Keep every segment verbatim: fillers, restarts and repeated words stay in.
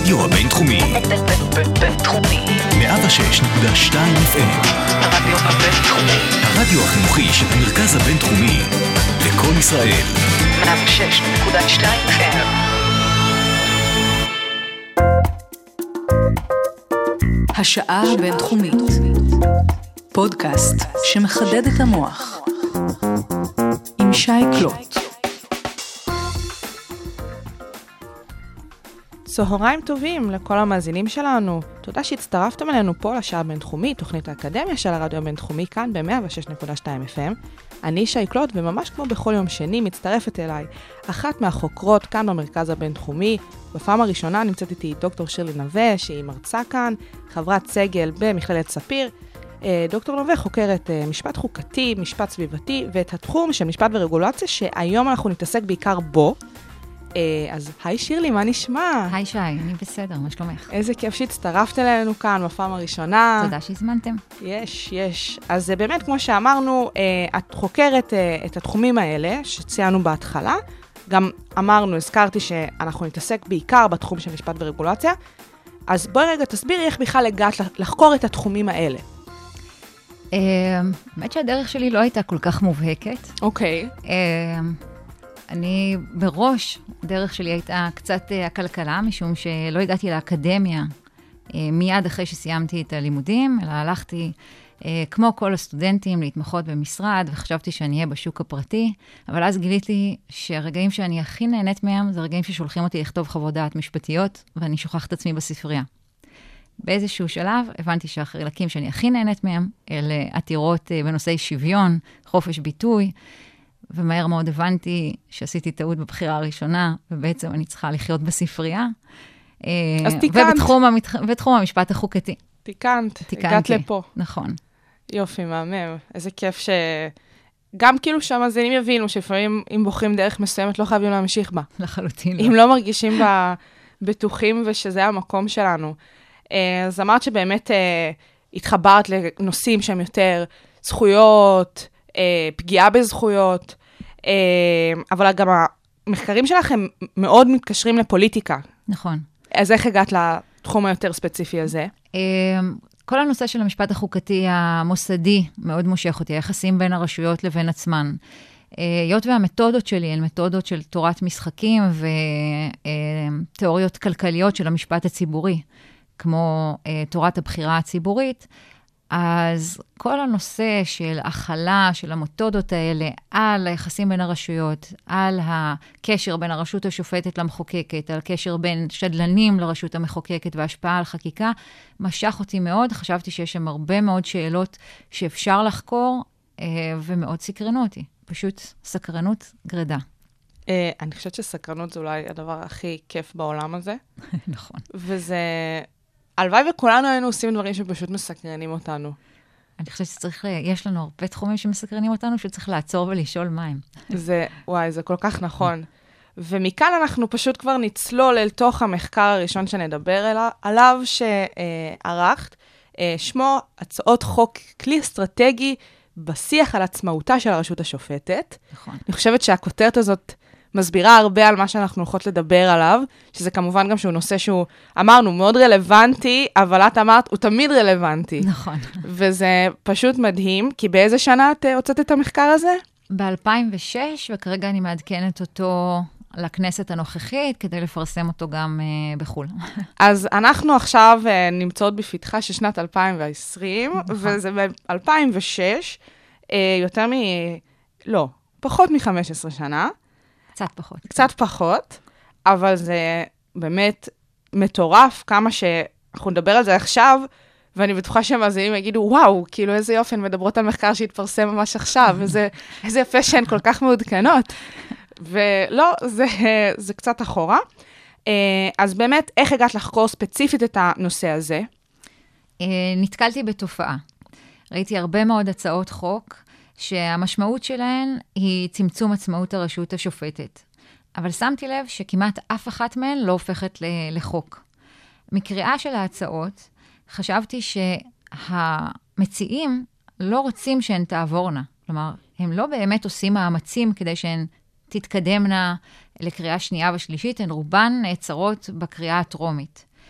הרדיו הבינתחומי. בינתחומי. מאה ושש נקודה שתיים אף אם. הרדיו הבינתחומי. הרדיו החינוכי של המרכז הבינתחומי. לקול ישראל. מאה ושש נקודה שתיים אף אם. השעה הבינתחומית. פודקאסט שמחדד את המוח. עם שי קלוט. צהריים טובים לכל המאזינים שלנו. תודה שהצטרפתם אלינו פה לשעה הבינתחומית, תוכנית האקדמיה של הרדיו הבינתחומי, כאן ב-מאה ושש נקודה שתיים אף אם. אני שי קלוט, וממש כמו בכל יום שני מצטרפת אליי אחת מהחוקרות כאן במרכז הבינתחומי. בפעם הראשונה נמצאת איתי דוקטור שירלי נווה, שהיא מרצה כאן, חברת סגל במכללת ספיר. דוקטור נווה חוקרת משפט חוקתי, משפט סביבתי, ואת התחום של משפט ורגולציה, שהיום אנחנו נתעסק בעיקר בו. אז היי שירלי, מה נשמע? היי שי, אני בסדר, מה שלומך? איזה כיף שהצטרפת אלינו כאן בפעם הראשונה. תודה שהזמנתם. יש, יש. אז באמת, כמו שאמרנו, את חוקרת את התחומים האלה שציינו בהתחלה. גם אמרנו, הזכרתי שאנחנו נתעסק בעיקר בתחום של משפט ורגולציה. אז בואי רגע תסבירי איך בכלל הגעת לחקור את התחומים האלה. באמת שהדרך שלי לא הייתה כל כך מובהקת. אוקיי. אני בראש, הדרך שלי הייתה קצת הכלכלה, משום שלא הגעתי לאקדמיה מיד אחרי שסיימתי את הלימודים, אלא הלכתי כמו כל הסטודנטים להתמחות במשרד, וחשבתי שאני אהיה בשוק הפרטי, אבל אז גיליתי שהרגעים שאני הכי נהנית מהם, זה רגעים ששולחים אותי לכתוב חוות דעת משפטיות, ואני שוכחת עצמי בספרייה. באיזשהו שלב הבנתי שהחלקים שאני הכי נהנית מהם, אלה עתירות בנושאי שוויון, חופש ביטוי, ומהר מאוד הבנתי שעשיתי טעות בבחירה הראשונה, ובעצם אני צריכה לחיות בספרייה. אז תיקנת. ובתחום המתח... בתחום המשפט החוקתי. תיקנת, הגעת לפה. נכון. יופי, מהמם. איזה כיף ש... גם כאילו שהמאזינים יבינו שלפעמים אם בוחרים דרך מסוימת לא חייבים להמשיך בה. לחלוטין. אם לא מרגישים בה בטוחים ושזה המקום שלנו. אז אמרת שבאמת התחברת לנושאים שהם יותר זכויות, פגיעה בזכויות, אבל גם המחקרים שלכם מאוד מתקשרים לפוליטיקה. נכון. אז איך הגעת לתחום היותר ספציפי הזה? כל הנושא של המשפט החוקתי המוסדי מאוד מושך אותי, היחסים בין הרשויות לבין עצמן. היות והמתודות שלי הן מתודות של תורת משחקים ותיאוריות כלכליות של המשפט הציבורי, כמו תורת הבחירה הציבורית, אז כל הנושא של החלה של המתודות האלה על היחסים בין הרשויות, על הקשר בין הרשות השופטת למחוקקת, על הקשר בין שדלנים לרשות המחוקקת והשפעה על חקיקה, משך אותי מאוד. חשבתי שיש שם הרבה מאוד שאלות שאפשר לחקור, ומאוד סקרנו אותי. פשוט סקרנות גרדה. אני חושבת שסקרנות זה אולי הדבר הכי כיף בעולם הזה. נכון. וזה... הלוואי וכולנו היינו עושים דברים שפשוט מסקרנים אותנו. אני חושבת שצריך, יש לנו הרבה תחומים שמסקרנים אותנו, שצריך לעצור ולשאול מים. זה, וואי, זה כל כך נכון. ומכאן אנחנו פשוט כבר נצלול אל תוך המחקר הראשון שנדבר עליו, שערכת. שמו הצעות חוק כלי אסטרטגי בשיח על עצמאותה של הרשות השופטת. נכון. אני חושבת שהכותרת הזאת מסבירה הרבה על מה שאנחנו הולכות לדבר עליו, שזה כמובן גם שהוא נושא שהוא, אמרנו, מאוד רלוונטי, אבל את אמרת, הוא תמיד רלוונטי. נכון. וזה פשוט מדהים, כי באיזה שנה את הוצאת את המחקר הזה? ב-אלפיים ושש, וכרגע אני מעדכנת אותו לכנסת הנוכחית, כדי לפרסם אותו גם uh, בחול. אז אנחנו עכשיו uh, נמצאות בפתחה של שנת אלפיים ועשרים, נכון. וזה ב-אלפיים ושש, uh, יותר מ... לא, פחות מ-חמש עשרה שנה, קצת פחות. קצת פחות, אבל זה באמת מטורף כמה שאנחנו נדבר על זה עכשיו, ואני בטוחה שהמאזינים יגידו, וואו, כאילו איזה יופי, מדברות על מחקר שהתפרסם ממש עכשיו, וזה, איזה יפה שהן כל כך מעודכנות. ולא, זה, זה קצת אחורה. אז באמת, איך הגעת לחקור ספציפית את הנושא הזה? נתקלתי בתופעה. ראיתי הרבה מאוד הצעות חוק, שהמשמעות שלהן היא צמצום עצמאות הרשות השופטת. אבל שמתי לב שכמעט אף אחת מהן לא הופכת לחוק. מקריאה של ההצעות, חשבתי שהמציעים לא רוצים שהן תעבורנה. כלומר, הם לא באמת עושים מאמצים כדי שהן תתקדמנה לקריאה שנייה ושלישית, הן רובן נעצרות בקריאה הטרומית.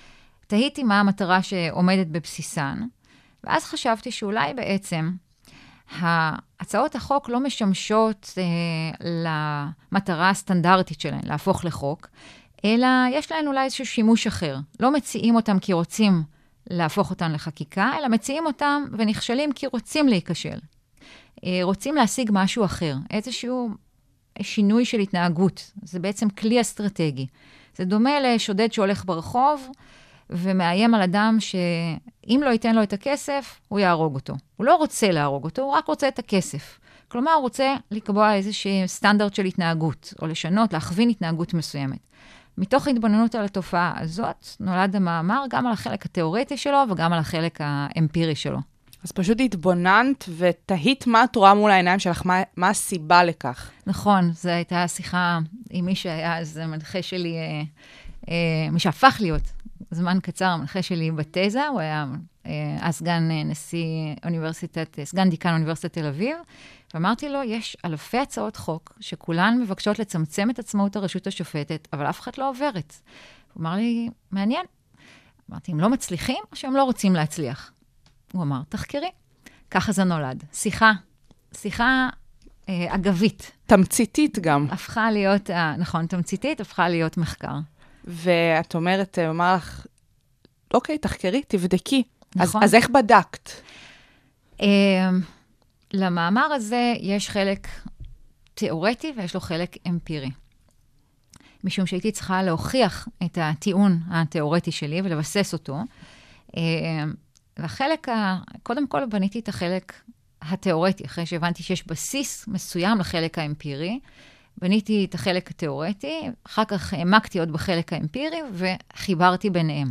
תהיתי מה המטרה שעומדת בבסיסן, ואז חשבתי שאולי בעצם הצעות החוק לא משמשות אה, למטרה הסטנדרטית שלהן, להפוך לחוק, אלא יש להן אולי איזשהו שימוש אחר. לא מציעים אותם כי רוצים להפוך אותם לחקיקה, אלא מציעים אותם ונכשלים כי רוצים להיכשל. אה, רוצים להשיג משהו אחר, איזשהו שינוי של התנהגות. זה בעצם כלי אסטרטגי. זה דומה לשודד שהולך ברחוב, ומאיים על אדם שאם לא ייתן לו את הכסף, הוא יהרוג אותו. הוא לא רוצה להרוג אותו, הוא רק רוצה את הכסף. כלומר, הוא רוצה לקבוע איזשהו סטנדרט של התנהגות, או לשנות, להכווין התנהגות מסוימת. מתוך התבוננות על התופעה הזאת, נולד המאמר גם על החלק התיאורטי שלו, וגם על החלק האמפירי שלו. אז פשוט התבוננת ותהית מה את רואה מול העיניים שלך, מה, מה הסיבה לכך. נכון, זו הייתה שיחה עם מי שהיה אז מנחה שלי, אה, אה, מי שהפך להיות זמן קצר, המנחה שלי בתזה, הוא היה אה, אז סגן נשיא אוניברסיטת, סגן דיקן אוניברסיטת תל אביב, ואמרתי לו, יש אלפי הצעות חוק שכולן מבקשות לצמצם את עצמאות הרשות השופטת, אבל אף אחד לא עוברת. הוא אמר לי, מעניין. אמרתי, הם לא מצליחים או שהם לא רוצים להצליח? הוא אמר, תחקרי. ככה זה נולד. שיחה, שיחה אה, אגבית. תמציתית גם. הפכה להיות, אה, נכון, תמציתית, הפכה להיות מחקר. ואת אומרת, הוא אמר לך, אוקיי, תחקרי, תבדקי. נכון. אז, אז איך בדקת? אה, למאמר הזה יש חלק תיאורטי ויש לו חלק אמפירי. משום שהייתי צריכה להוכיח את הטיעון התיאורטי שלי ולבסס אותו. אה, והחלק, ה... קודם כל בניתי את החלק התיאורטי, אחרי שהבנתי שיש בסיס מסוים לחלק האמפירי, בניתי את החלק התיאורטי, אחר כך העמקתי עוד בחלק האמפירי, וחיברתי ביניהם.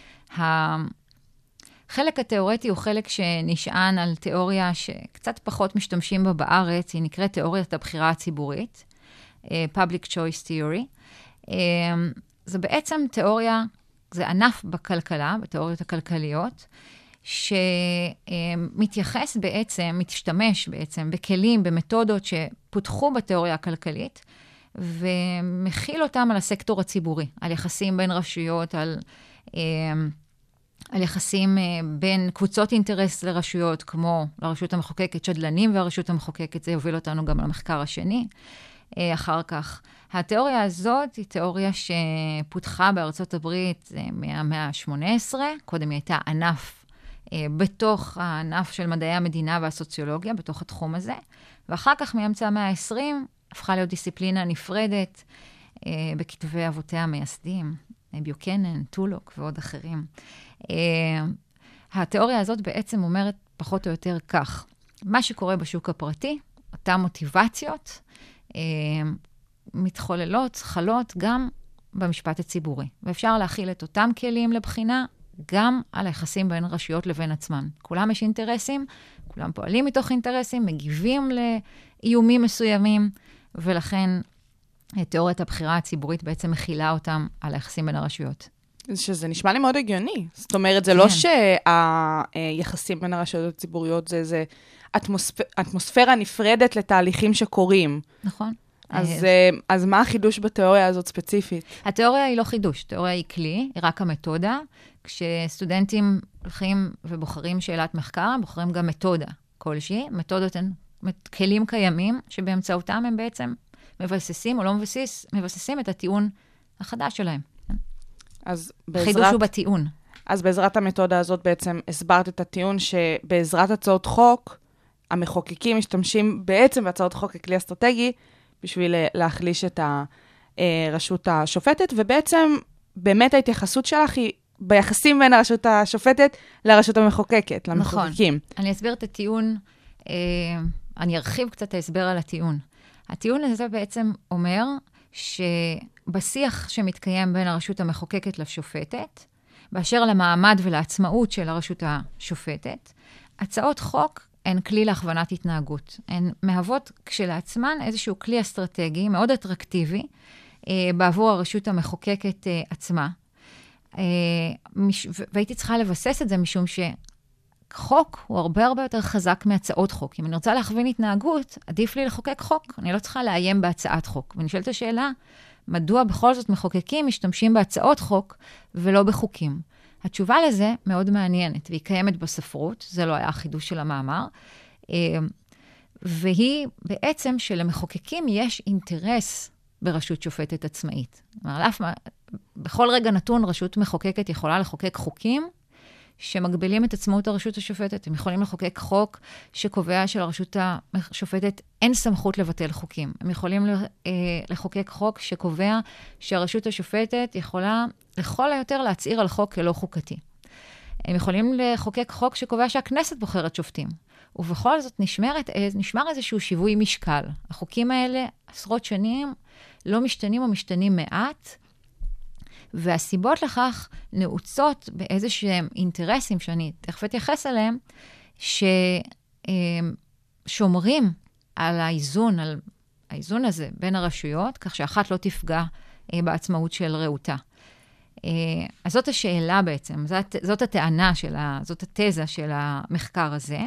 החלק התיאורטי הוא חלק שנשען על תיאוריה שקצת פחות משתמשים בה בארץ, היא נקראת תיאוריית הבחירה הציבורית, Public Choice Theory. זה בעצם תיאוריה, זה ענף בכלכלה, בתיאוריות הכלכליות, שמתייחס בעצם, מתשתמש בעצם בכלים, במתודות שפותחו בתיאוריה הכלכלית, ומכיל אותם על הסקטור הציבורי, על יחסים בין רשויות, על, על יחסים בין קבוצות אינטרס לרשויות, כמו לרשות המחוקקת, שדלנים והרשות המחוקקת, זה יוביל אותנו גם למחקר השני. אחר כך, התיאוריה הזאת היא תיאוריה שפותחה בארצות הברית מהמאה ה-שמונה עשרה, קודם היא הייתה ענף בתוך הענף של מדעי המדינה והסוציולוגיה, בתוך התחום הזה, ואחר כך מאמצע המאה ה-עשרים הפכה להיות דיסציפלינה נפרדת אה, בכתבי אבותיה המייסדים, ביוקנן, טולוק ועוד אחרים. אה, התיאוריה הזאת בעצם אומרת פחות או יותר כך, מה שקורה בשוק הפרטי, אותן מוטיבציות, אה, מתחוללות, חלות גם במשפט הציבורי, ואפשר להכיל את אותם כלים לבחינה, גם על היחסים בין רשויות לבין עצמן. כולם יש אינטרסים, כולם פועלים מתוך אינטרסים, מגיבים לאיומים מסוימים, ולכן תיאוריית הבחירה הציבורית בעצם מכילה אותם על היחסים בין הרשויות. שזה נשמע לי מאוד הגיוני. זאת אומרת, זה כן. לא שהיחסים בין הרשויות הציבוריות, זה, זה אטמוספ... אטמוספירה נפרדת לתהליכים שקורים. נכון. אז, אז מה החידוש בתיאוריה הזאת ספציפית? התיאוריה היא לא חידוש, התיאוריה היא כלי, היא רק המתודה. כשסטודנטים הולכים ובוחרים שאלת מחקר, בוחרים גם מתודה כלשהי. מתודות הן כלים קיימים, שבאמצעותם הם בעצם מבססים או לא מבסס, מבססים את הטיעון החדש שלהם. אז בעזרת... חידוש הוא בטיעון. אז בעזרת המתודה הזאת בעצם הסברת את הטיעון שבעזרת הצעות חוק, המחוקקים משתמשים בעצם בהצעות חוק ככלי אסטרטגי, בשביל להחליש את הרשות השופטת, ובעצם באמת ההתייחסות שלך היא ביחסים בין הרשות השופטת לרשות המחוקקת, למחוקקים. נכון. אני אסביר את הטיעון, אה, אני ארחיב קצת את ההסבר על הטיעון. הטיעון הזה בעצם אומר שבשיח שמתקיים בין הרשות המחוקקת לשופטת, באשר למעמד ולעצמאות של הרשות השופטת, הצעות חוק הן כלי להכוונת התנהגות. הן מהוות כשלעצמן איזשהו כלי אסטרטגי מאוד אטרקטיבי אה, בעבור הרשות המחוקקת אה, עצמה. אה, מש... והייתי צריכה לבסס את זה משום שחוק הוא הרבה הרבה יותר חזק מהצעות חוק. אם אני רוצה להכווין התנהגות, עדיף לי לחוקק חוק. אני לא צריכה לאיים בהצעת חוק. ואני שואלת השאלה, מדוע בכל זאת מחוקקים משתמשים בהצעות חוק ולא בחוקים? התשובה לזה מאוד מעניינת, והיא קיימת בספרות, זה לא היה החידוש של המאמר, והיא בעצם שלמחוקקים יש אינטרס ברשות שופטת עצמאית. בכל רגע נתון רשות מחוקקת יכולה לחוקק חוקים, שמגבילים את עצמאות הרשות השופטת. הם יכולים לחוקק חוק שקובע שלרשות השופטת אין סמכות לבטל חוקים. הם יכולים לחוקק חוק שקובע שהרשות השופטת יכולה לכל היותר להצעיר על חוק כלא חוקתי. הם יכולים לחוקק חוק שקובע שהכנסת בוחרת שופטים. ובכל זאת נשמרת, נשמר איזשהו שיווי משקל. החוקים האלה עשרות שנים לא משתנים או משתנים מעט, והסיבות לכך נעוצות באיזשהם אינטרסים שאני תכף אתייחס אליהם, ששומרים על האיזון, על האיזון הזה בין הרשויות, כך שאחת לא תפגע בעצמאות של רעותה. אז זאת השאלה בעצם, זאת, זאת הטענה של ה, זאת התזה של המחקר הזה,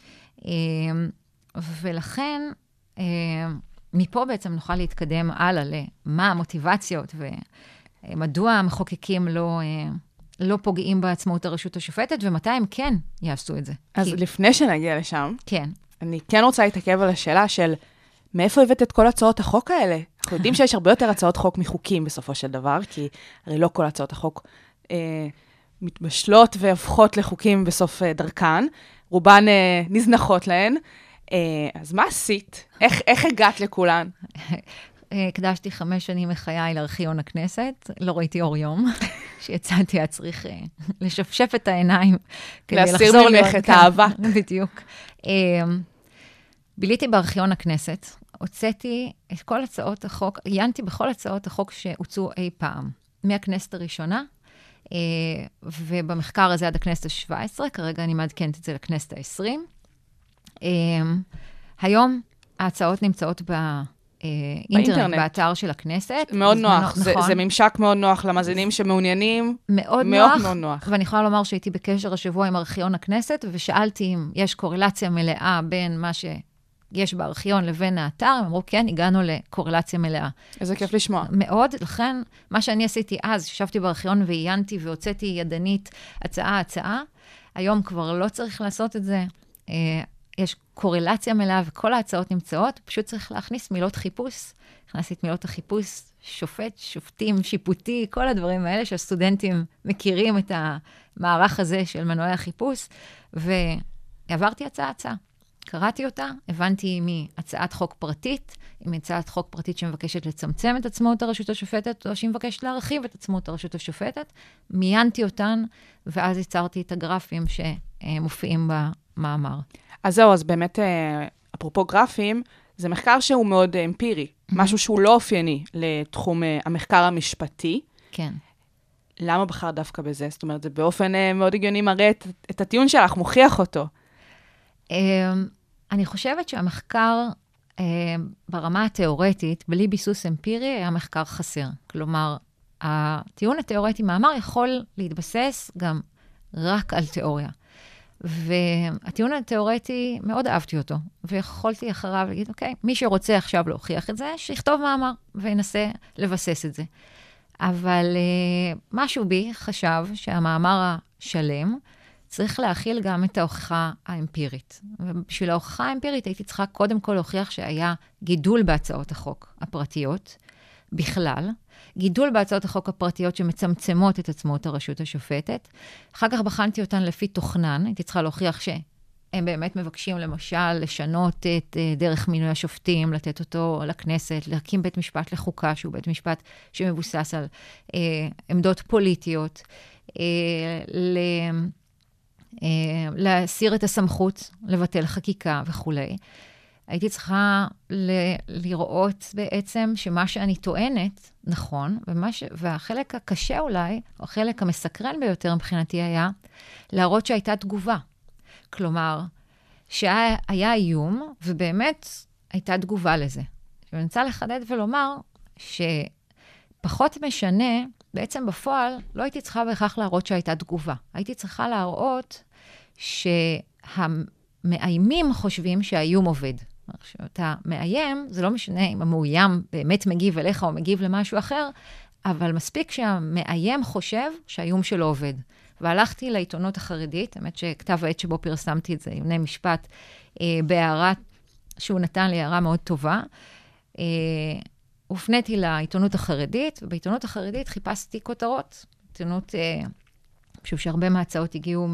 ולכן מפה בעצם נוכל להתקדם הלאה למה המוטיבציות ו... מדוע המחוקקים לא, לא פוגעים בעצמאות הרשות השופטת, ומתי הם כן יעשו את זה. אז כי... לפני שנגיע לשם, כן. אני כן רוצה להתעכב על השאלה של מאיפה הבאת את כל הצעות החוק האלה? אנחנו יודעים שיש הרבה יותר הצעות חוק מחוקים בסופו של דבר, כי הרי לא כל הצעות החוק אה, מתבשלות והפכות לחוקים בסוף אה, דרכן, רובן אה, נזנחות להן. אה, אז מה עשית? איך, איך הגעת לכולן? הקדשתי חמש שנים מחיי לארכיון הכנסת, לא ראיתי אור יום, שיצאתי הצריך לשפשף את העיניים. להסיר ממך את האהבה. בדיוק. ביליתי בארכיון הכנסת, הוצאתי את כל הצעות החוק, עיינתי בכל הצעות החוק שהוצאו אי פעם, מהכנסת הראשונה, ובמחקר הזה עד הכנסת ה-שבע עשרה, כרגע אני מעדכנת את זה לכנסת ה-עשרים. היום ההצעות נמצאות ב... אינטרנט, באתר של הכנסת. מאוד נוח, זה, זה ממשק מאוד נוח למאזינים שמעוניינים. מאוד, מאוד נוח, מאוד נוח. ואני יכולה לומר שהייתי בקשר השבוע עם ארכיון הכנסת, ושאלתי אם יש קורלציה מלאה בין מה שיש בארכיון לבין האתר, הם אמרו, כן, הגענו לקורלציה מלאה. איזה כיף לשמוע. מאוד, לכן, מה שאני עשיתי אז, ישבתי בארכיון ועיינתי והוצאתי ידנית הצעה, הצעה. היום כבר לא צריך לעשות את זה. יש קורלציה מלאה וכל ההצעות נמצאות, פשוט צריך להכניס מילות חיפוש. הכנסתי את מילות החיפוש, שופט, שופטים, שיפוטי, כל הדברים האלה שהסטודנטים מכירים את המערך הזה של מנועי החיפוש, ועברתי הצעה הצעה. קראתי אותה, הבנתי מהצעת חוק פרטית, עם הצעת חוק פרטית שמבקשת לצמצם את עצמאות הרשות השופטת, או שהיא מבקשת להרחיב את עצמאות הרשות השופטת, מיינתי אותן, ואז יצרתי את הגרפים שמופיעים במאמר. אז זהו, אז באמת, אפרופו גרפים, זה מחקר שהוא מאוד אמפירי, משהו שהוא לא אופייני לתחום המחקר המשפטי. כן. למה בחר דווקא בזה? זאת אומרת, זה באופן מאוד הגיוני מראה את, את הטיעון שלך, מוכיח אותו. אני חושבת שהמחקר ברמה התיאורטית, בלי ביסוס אמפירי, היה מחקר חסר. כלומר, הטיעון התיאורטי מאמר יכול להתבסס גם רק על תיאוריה. והטיעון התיאורטי, מאוד אהבתי אותו, ויכולתי אחריו להגיד, אוקיי, מי שרוצה עכשיו להוכיח את זה, שיכתוב מאמר וינסה לבסס את זה. אבל uh, משהו בי חשב שהמאמר השלם צריך להכיל גם את ההוכחה האמפירית. ובשביל ההוכחה האמפירית הייתי צריכה קודם כל להוכיח שהיה גידול בהצעות החוק הפרטיות בכלל, גידול בהצעות החוק הפרטיות שמצמצמות את עצמאות הרשות השופטת. אחר כך בחנתי אותן לפי תוכנן, הייתי צריכה להוכיח שהם באמת מבקשים למשל לשנות את דרך מינוי השופטים, לתת אותו לכנסת, להקים בית משפט לחוקה, שהוא בית משפט שמבוסס על אה, עמדות פוליטיות, אה, ל... להסיר את הסמכות, לבטל חקיקה וכו'. הייתי צריכה ל- לראות בעצם שמה שאני טוענת נכון, ומה ש- והחלק הקשה אולי, או החלק המסקרן ביותר מבחינתי היה, להראות שהייתה תגובה. כלומר, שהיה איום, ובאמת הייתה תגובה לזה. ואני רוצה לחדד ולומר שפחות משנה, בעצם בפועל לא הייתי צריכה בהכרח להראות שהייתה תגובה. הייתי צריכה להראות שהמאיימים חושבים שהאיום עובד. כשאתה מאיים, זה לא משנה אם המאוים באמת מגיב אליך או מגיב למשהו אחר, אבל מספיק שהמאיים חושב שהאיום שלו עובד. והלכתי לעיתונות החרדית, האמת שכתב העת שבו פרסמתי את זה, ימני משפט, אה, בהערה שהוא נתן לי הערה מאוד טובה. אה, הופניתי לעיתונות החרדית, ובעיתונות החרדית חיפשתי כותרות. עיתונות, אה, פשוט שהרבה מההצעות הגיעו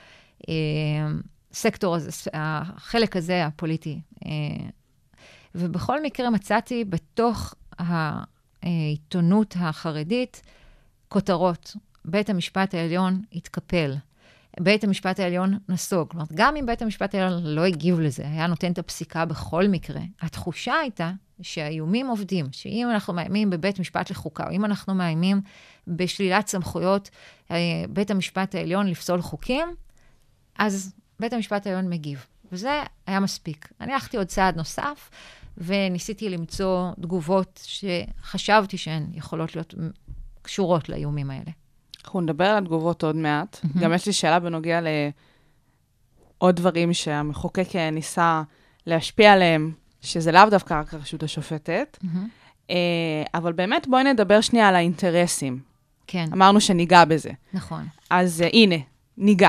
מהסקטור הזה, החלק הזה הפוליטי. אה, ובכל מקרה מצאתי בתוך העיתונות החרדית כותרות. בית המשפט העליון התקפל. בית המשפט העליון נסוג. כלומר, גם אם בית המשפט העליון לא הגיב לזה, היה נותן את הפסיקה בכל מקרה, התחושה הייתה שהאיומים עובדים, שאם אנחנו מאיימים בבית משפט לחוקה, או אם אנחנו מאיימים בשלילת סמכויות בית המשפט העליון לפסול חוקים, אז בית המשפט העליון מגיב. וזה היה מספיק. אני הלכתי עוד צעד נוסף, וניסיתי למצוא תגובות שחשבתי שהן יכולות להיות קשורות לאיומים האלה. אנחנו נדבר על התגובות עוד מעט. Mm-hmm. גם יש לי שאלה בנוגע לעוד דברים שהמחוקק ניסה להשפיע עליהם, שזה לאו דווקא רק הרשות השופטת. Mm-hmm. אבל באמת בואי נדבר שנייה על האינטרסים. כן. אמרנו שניגע בזה. נכון. אז הנה, ניגע.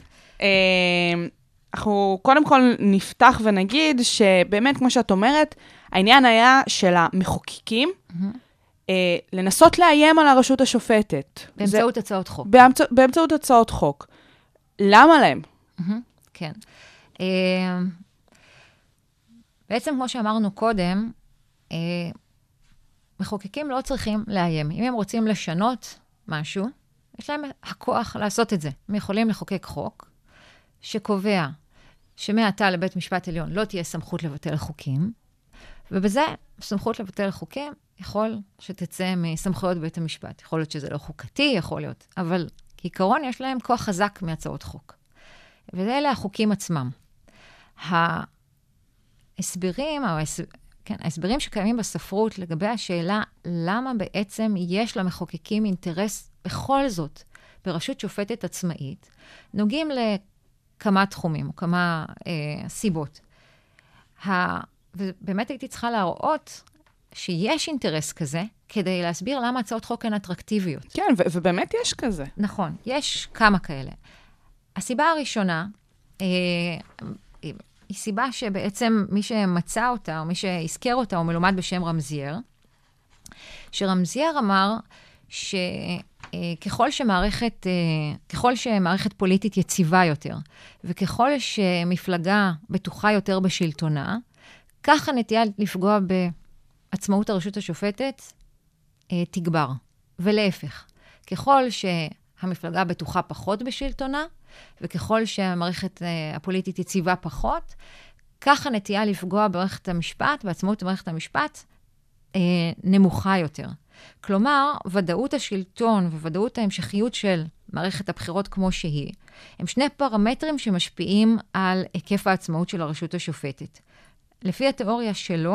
אנחנו קודם כל נפתח ונגיד שבאמת, כמו שאת אומרת, העניין היה של המחוקקים, mm-hmm. אה, לנסות לאיים על הרשות השופטת. באמצעות זה, הצעות חוק. באמצע, באמצעות הצעות חוק. למה להם? Mm-hmm. כן. אה, בעצם, כמו שאמרנו קודם, אה, מחוקקים לא צריכים לאיים. אם הם רוצים לשנות משהו, יש להם הכוח לעשות את זה. הם יכולים לחוקק חוק שקובע שמעתה לבית משפט עליון לא תהיה סמכות לבטל חוקים, ובזה סמכות לבטל חוקים יכול שתצא מסמכויות בית המשפט. יכול להיות שזה לא חוקתי, יכול להיות, אבל כעיקרון יש להם כוח חזק מהצעות חוק. ואלה החוקים עצמם. ההסברים, או ההס... כן, ההסברים שקיימים בספרות לגבי השאלה למה בעצם יש למחוקקים אינטרס בכל זאת ברשות שופטת עצמאית, נוגעים לכמה תחומים או כמה אה, סיבות. ה... ובאמת הייתי צריכה להראות שיש אינטרס כזה, כדי להסביר למה הצעות חוק הן אטרקטיביות. כן, ו- ובאמת יש כזה. נכון, יש כמה כאלה. הסיבה הראשונה, אה, היא סיבה שבעצם מי שמצא אותה, או מי שהזכר אותה, הוא מלומד בשם רמזייר, שרמזייר אמר שככל שמערכת, ככל שמערכת פוליטית יציבה יותר, וככל שמפלגה בטוחה יותר בשלטונה, ככה נטייה לפגוע בעצמאות הרשות השופטת תגבר. ולהפך, ככל שהמפלגה בטוחה פחות בשלטונה, וככל שהמערכת הפוליטית יציבה פחות, ככה נטייה לפגוע במערכת המשפט, בעצמאות במערכת המשפט, נמוכה יותר. כלומר, ודאות השלטון וודאות ההמשכיות של מערכת הבחירות כמו שהיא, הם שני פרמטרים שמשפיעים על היקף העצמאות של הרשות השופטת. לפי התיאוריה שלו,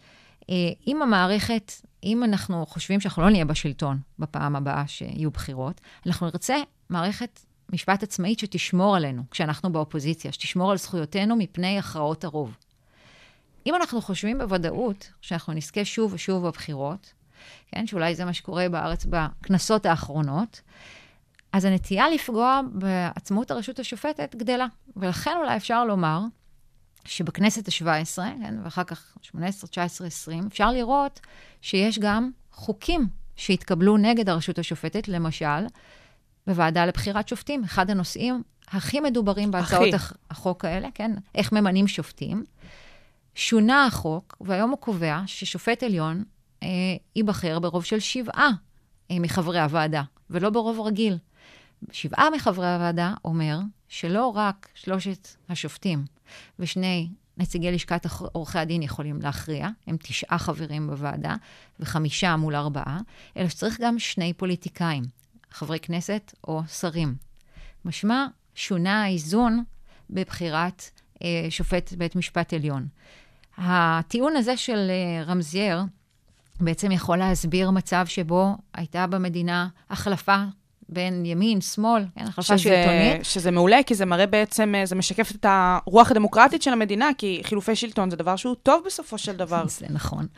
אם המערכת, אם אנחנו חושבים שאנחנו לא נהיה בשלטון בפעם הבאה שיהיו בחירות, אנחנו נרצה מערכת משפט עצמאית שתשמור עלינו כשאנחנו באופוזיציה, שתשמור על זכויותינו מפני הכרעות הרוב. אם אנחנו חושבים בוודאות שאנחנו נזכה שוב ושוב בבחירות, כן, שאולי זה מה שקורה בארץ בכנסות האחרונות, אז הנטייה לפגוע בעצמאות הרשות השופטת גדלה. ולכן אולי אפשר לומר שבכנסת ה-שבע עשרה, כן, ואחר כך שמונה עשרה, תשע עשרה, עשרים, אפשר לראות שיש גם חוקים שהתקבלו נגד הרשות השופטת, למשל, בוועדה לבחירת שופטים, אחד הנושאים הכי מדוברים בהצעות הכי. החוק האלה, כן, איך ממנים שופטים. שונה החוק, והיום הוא קובע ששופט עליון אה, ייבחר ברוב של שבעה אה, מחברי הוועדה, ולא ברוב רגיל. שבעה מחברי הוועדה אומר שלא רק שלושת השופטים ושני נציגי לשכת עורכי הדין יכולים להכריע, הם תשעה חברים בוועדה וחמישה מול ארבעה, אלא שצריך גם שני פוליטיקאים, חברי כנסת או שרים. משמע שונה האיזון בבחירת אה, שופט בית משפט עליון. הטיעון הזה של אה, רמזייר בעצם יכול להסביר מצב שבו הייתה במדינה החלפה בין ימין, שמאל, כן, החלפה שזה, שלטונית. שזה מעולה, כי זה מראה בעצם, זה משקף את הרוח הדמוקרטית של המדינה, כי חילופי שלטון זה דבר שהוא טוב בסופו של דבר. זה נכון.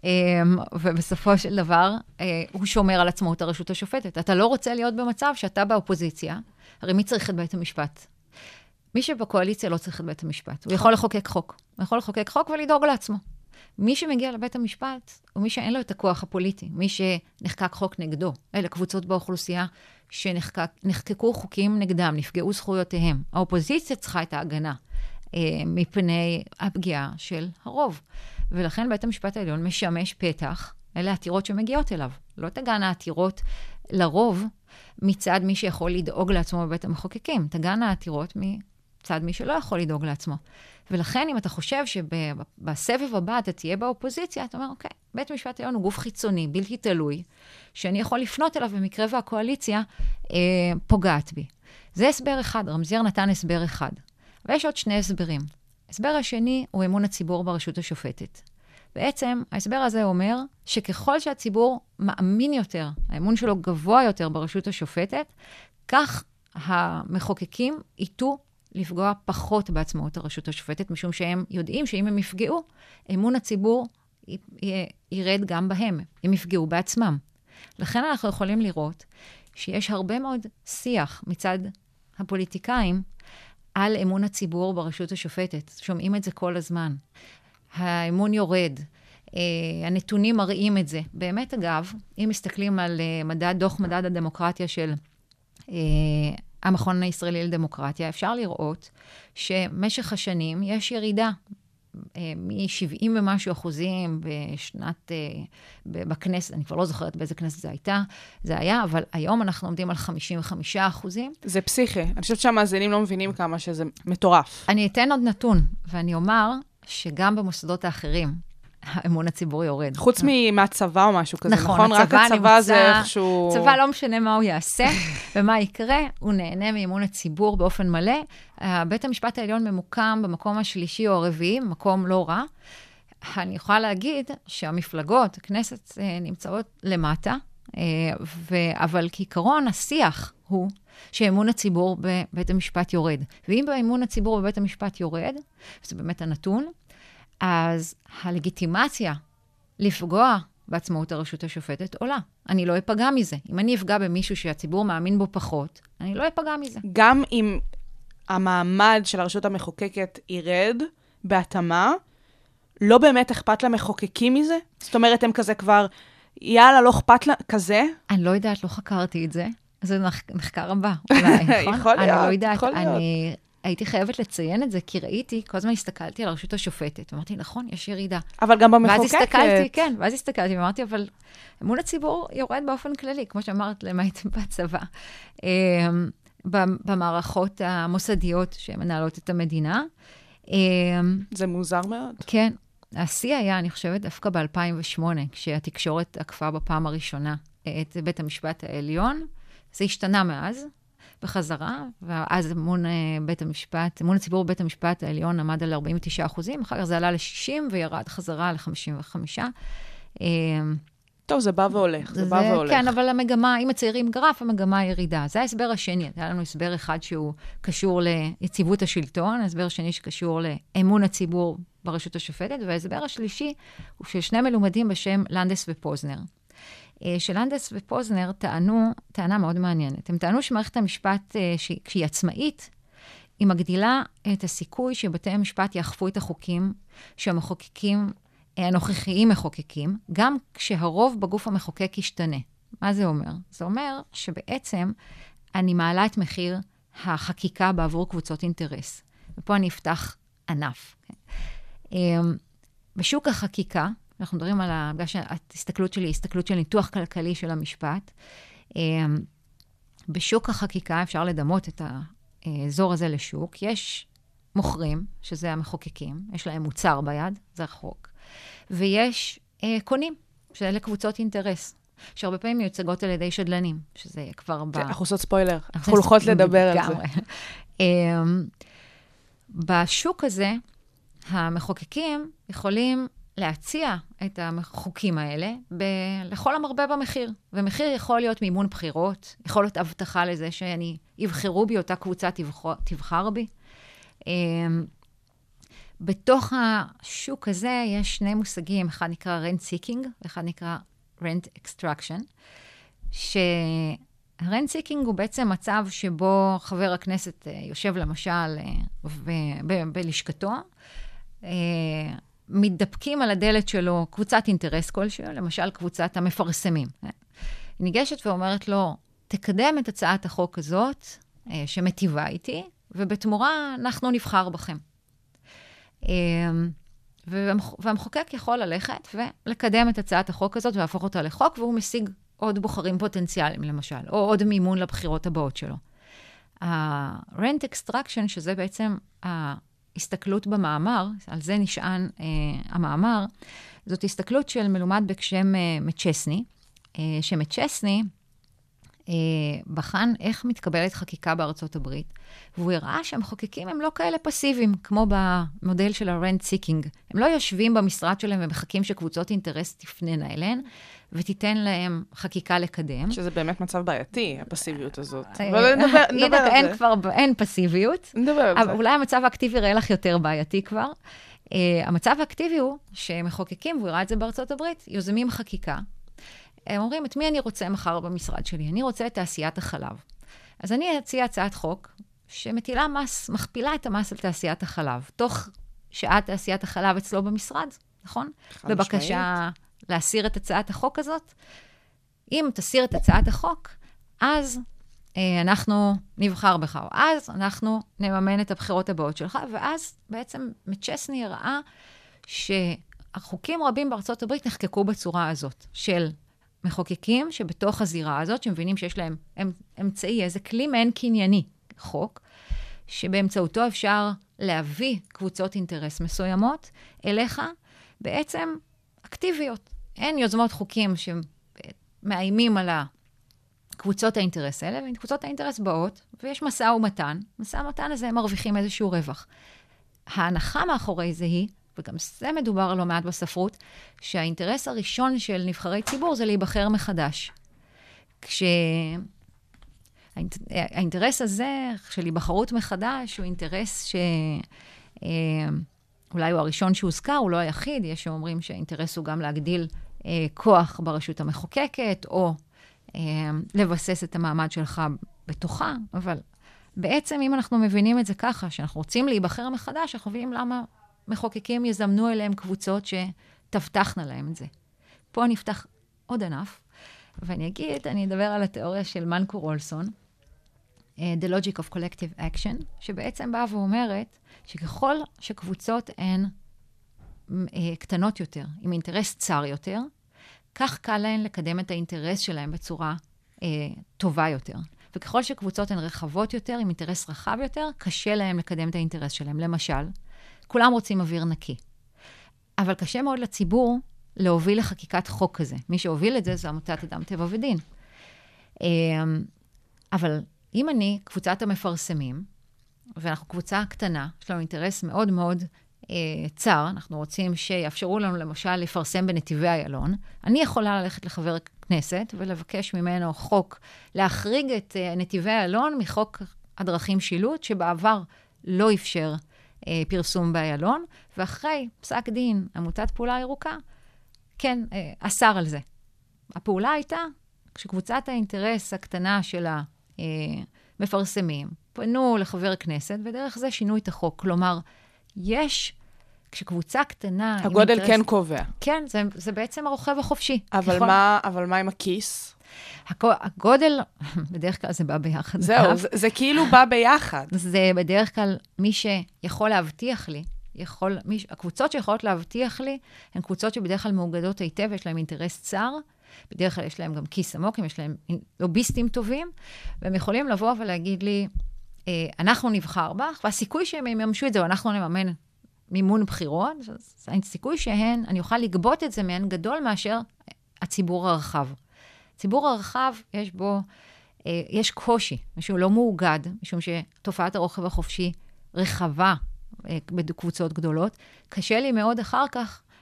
ובסופו של דבר, הוא שומר על עצמאות הרשות השופטת. אתה לא רוצה להיות במצב שאתה באופוזיציה, הרי מי צריך את בית המשפט? מי שבקואליציה לא צריך את בית המשפט. הוא יכול לחוקק חוק. הוא יכול לחוקק חוק ולדאוג לעצמו. מי שמגיע לבית המשפט, הוא מי שאין לו את הכוח הפוליטי, מי שנחקק חוק נגדו. אלה קבוצות באוכלוסייה שנחקקו חוקים נגדם, נפגעו זכויותיהם. האופוזיציה צריכה את ההגנה אה, מפני הפגיעה של הרוב. ולכן בית המשפט העליון משמש פתח, אלה העתירות שמגיעות אליו. לא תגענה העתירות לרוב מצד מי שיכול לדאוג לעצמו בבית המחוקקים. תגענה העתירות מצד מי שלא יכול לדאוג לעצמו. ולכן, אם אתה חושב שבסבב הבא אתה תהיה באופוזיציה, אתה אומר, אוקיי, בית המשפט העליון הוא גוף חיצוני, בלתי תלוי, שאני יכול לפנות אליו במקרה והקואליציה אה, פוגעת בי. זה הסבר אחד, רמזייר נתן הסבר אחד. ויש עוד שני הסברים. הסבר השני הוא אמון הציבור ברשות השופטת. בעצם, ההסבר הזה אומר שככל שהציבור מאמין יותר, האמון שלו גבוה יותר ברשות השופטת, כך המחוקקים ייתו לפגוע פחות בעצמאות הרשות השופטת, משום שהם יודעים שאם הם יפגעו, אמון הציבור י- י- ירד גם בהם, הם יפגעו בעצמם. לכן אנחנו יכולים לראות שיש הרבה מאוד שיח מצד הפוליטיקאים על אמון הציבור ברשות השופטת. שומעים את זה כל הזמן. האמון יורד, Uh, הנתונים מראים את זה. באמת, אגב, אם מסתכלים על uh, מדד, דוח מדד הדמוקרטיה של uh, המכון הישראלי לדמוקרטיה, אפשר לראות שמשך השנים יש ירידה uh, מ-שבעים ומשהו אחוזים בשנת, uh, בכנסת, אני כבר לא זוכרת באיזה כנסת זה הייתה, זה היה, אבל היום אנחנו עומדים על חמישים וחמישה אחוזים. זה פסיכי. אני חושבת שהמאזינים לא מבינים כמה שזה מטורף. אני אתן עוד נתון, ואני אומר שגם במוסדות האחרים, האמון הציבורי יורד. חוץ מהצבא או משהו כזה, נכון? נכון? רק הצבא זה איכשהו... צבא לא משנה מה הוא יעשה ומה יקרה, הוא נהנה מאמון הציבור באופן מלא. בית המשפט העליון ממוקם במקום השלישי או הרביעי, מקום לא רע. אני יכולה להגיד שהמפלגות, הכנסת נמצאות למטה, אבל כעיקרון השיח הוא שאמון הציבור בבית המשפט יורד. ואם באמון הציבור בבית המשפט יורד, זה באמת הנתון, אז הלגיטימציה לפגוע בעצמאות הרשות השופטת עולה. אני לא אפגע מזה. אם אני אפגע במישהו שהציבור מאמין בו פחות, אני לא אפגע מזה. גם אם המעמד של הרשות המחוקקת ירד בהתאמה, לא באמת אכפת למחוקקים מזה? זאת אומרת, הם כזה כבר, יאללה, לא אכפת לה, כזה? אני לא יודעת, לא חקרתי את זה. זה מחקר הבא, אולי, נכון? יכול להיות, אני לא יודעת, יכול להיות. אני... הייתי חייבת לציין את זה, כי ראיתי, כל הזמן הסתכלתי על הרשות השופטת, ואמרתי, נכון, יש ירידה. אבל גם במחוקקת. ואז הסתכלתי, כן, ואז הסתכלתי, ואמרתי, אבל אמון הציבור יורד באופן כללי, כמו שאמרת, למה הייתם בצבא, במערכות המוסדיות שמנהלות את המדינה. זה מוזר מאוד. כן. השיא היה, אני חושבת, דווקא ב-אלפיים ושמונה, כשהתקשורת עקפה בפעם הראשונה את בית המשפט העליון. זה השתנה מאז. בחזרה, ואז אמון בית המשפט, אמון הציבור בבית המשפט העליון עמד על ארבעים ותשעה אחוזים, אחר כך זה עלה ל-שישים וירד חזרה ל-חמישים וחמישה. טוב, זה בא והולך, זה בא והולך. כן, אבל המגמה, אם הצעירים גרף, המגמה היא ירידה. זה ההסבר השני. היה לנו הסבר אחד שהוא קשור ליציבות השלטון, ההסבר השני שקשור לאמון הציבור ברשות השופטת, וההסבר השלישי הוא של שני מלומדים בשם לנדס ופוזנר. שלנדס ופוזנר טענו, טענה מאוד מעניינת. הם טענו שמערכת המשפט, כשהיא עצמאית, היא מגדילה את הסיכוי שבתי המשפט יאכפו את החוקים שהמחוקקים, הנוכחיים מחוקקים, גם כשהרוב בגוף המחוקק ישתנה. מה זה אומר? זה אומר שבעצם אני מעלה את מחיר החקיקה בעבור קבוצות אינטרס. ופה אני אפתח ענף. בשוק החקיקה, אנחנו מדברים על בגלל שההסתכלות שלי, הסתכלות של ניתוח כלכלי של המשפט. בשוק החקיקה אפשר לדמות את האזור הזה לשוק. יש מוכרים, שזה המחוקקים, יש להם מוצר ביד, זה החוק. ויש קונים, שאלה קבוצות אינטרס, שהרבה פעמים מיוצגות על ידי שדלנים, שזה כבר ב... אנחנו עושות ספוילר, אנחנו הולכות לדבר על זה. בשוק הזה, המחוקקים יכולים להציע את החוקים האלה ב- לכל המרבה במחיר. ומחיר יכול להיות מימון בחירות, יכול להיות הבטחה לזה שאני יבחרו בי, אותה קבוצה תבחר, תבחר בי. בתוך השוק הזה יש שני מושגים, אחד נקרא rent seeking, ואחד נקרא rent extraction, ש-rent seeking הוא בעצם מצב שבו חבר הכנסת יושב למשל ב- ב- בלשכתו, מתדפקים על הדלת שלו קבוצת אינטרס כלשהו, למשל קבוצת המפרסמים. היא ניגשת ואומרת לו, תקדם את הצעת החוק הזאת שמטיבה איתי, ובתמורה אנחנו נבחר בכם. והמחוקק יכול ללכת ולקדם את הצעת החוק הזאת והפוך אותה לחוק, והוא משיג עוד בוחרים פוטנציאליים למשל, או עוד מימון לבחירות הבאות שלו. ה-rent extraction, שזה בעצם ההסתכלות במאמר, על זה נשען אה, המאמר, זאת הסתכלות של מלומד בשם אה, מצ'סני, אה, שמצ'סני אה, בחן איך מתקבלת חקיקה בארצות הברית, והוא הראה שהמחוקקים הם לא כאלה פסיביים, כמו במודל של ה-rent seeking. הם לא יושבים במשרד שלהם ומחכים שקבוצות אינטרס תפננה אליהן, ותיתן להם חקיקה לקדם. שזה באמת מצב בעייתי, הפסיביות הזאת. אבל נדבר, נדבר על זה. אין כבר, אין פסיביות. נדבר על זה. אולי המצב האקטיבי יראה לך יותר בעייתי כבר. Uh, המצב האקטיבי הוא שמחוקקים, והוא הראה את זה בארצות הברית, יוזמים חקיקה. הם אומרים, את מי אני רוצה מחר במשרד שלי? אני רוצה את תעשיית החלב. אז אני אציע הצעת חוק שמטילה מס, מכפילה את המס על תעשיית החלב, תוך שעה תעשיית החלב אצלו במשרד, נכון? בבקשה להסיר את הצעת החוק הזאת. אם תסיר את הצעת החוק, אז אה, אנחנו נבחר בך, או אז אנחנו נממן את הבחירות הבאות שלך, ואז בעצם מצ'סני הראה שהחוקים רבים בארצות הברית נחקקו בצורה הזאת, של מחוקקים שבתוך הזירה הזאת, שמבינים שיש להם אמצעי, איזה כלי מעין קנייני, חוק, שבאמצעותו אפשר להביא קבוצות אינטרס מסוימות אליך, בעצם אקטיביות. אין יוזמות חוקים שמאיימים על קבוצות האינטרס האלה, וקבוצות האינטרס באות, ויש משא ומתן. משא ומתן הזה הם מרוויחים איזשהו רווח. ההנחה מאחורי זה היא, וגם זה מדובר לא מעט בספרות, שהאינטרס הראשון של נבחרי ציבור זה להיבחר מחדש. כש... האינטרס הזה של היבחרות מחדש הוא אינטרס ש... אולי הוא הראשון שהוזכר, הוא לא היחיד, יש שאומרים שהאינטרס הוא גם להגדיל אה, כוח ברשות המחוקקת, או אה, לבסס את המעמד שלך בתוכה, אבל בעצם אם אנחנו מבינים את זה ככה, שאנחנו רוצים להיבחר מחדש, אנחנו מבינים למה מחוקקים יזמנו אליהם קבוצות שתבטחנה להם את זה. פה נפתח עוד ענף, ואני אגיד, אני אדבר על התיאוריה של מנקו רולסון, The Logic of Collective Action, שבעצם באה ואומרת שככל שקבוצות הן קטנות יותר, עם אינטרס צר יותר, כך קל להן לקדם את האינטרס שלהם בצורה אה, טובה יותר. וככל שקבוצות הן רחבות יותר, עם אינטרס רחב יותר, קשה להן לקדם את האינטרס שלהם. למשל, כולם רוצים אוויר נקי. אבל קשה מאוד לציבור להוביל לחקיקת חוק כזה. מי שהוביל את זה, זה עמותת אדם טבע ודין. אה, אבל אם אני, קבוצת המפרסמים, ואנחנו קבוצה קטנה, יש לנו אינטרס מאוד מאוד אה, צר, אנחנו רוצים שיאפשרו לנו למשל לפרסם בנתיבי איילון, אני יכולה ללכת לחבר כנסת ולבקש ממנו חוק להחריג את אה, נתיבי איילון מחוק הדרכים שילוט, שבעבר לא אפשר אה, פרסום באיילון, ואחרי פסק דין, עמותת פעולה ירוקה, כן, אה, אסר על זה. הפעולה הייתה, כשקבוצת האינטרס הקטנה של המפרסמים, פנו לחבר כנסת, ודרך זה שינו את החוק. כלומר, יש, כשקבוצה קטנה... הגודל אינטרס, כן קובע. כן, זה, זה בעצם הרוכב החופשי. אבל, ככל... מה, אבל מה עם הכיס? הגודל, בדרך כלל זה בא ביחד. זהו, זה, זה כאילו בא ביחד. זה בדרך כלל מי שיכול להבטיח לי, יכול, מי, הקבוצות שיכולות להבטיח לי, הן קבוצות שבדרך כלל מאוגדות היטב, יש להם אינטרס צר, בדרך כלל יש להם גם כיס עמוק, יש להם לוביסטים טובים, והם יכולים לבוא ולהגיד לי, אנחנו נבחר בך, והסיכוי שהם יממשו את זה, או אנחנו נממן מימון בחירות, הסיכוי שהן, אני אוכל לגבות את זה מהן גדול מאשר הציבור הרחב. הציבור הרחב, יש בו, יש קושי, משום לא מאוגד, משום שתופעת הרוכב החופשי רחבה בקבוצות גדולות, קשה לי מאוד אחר כך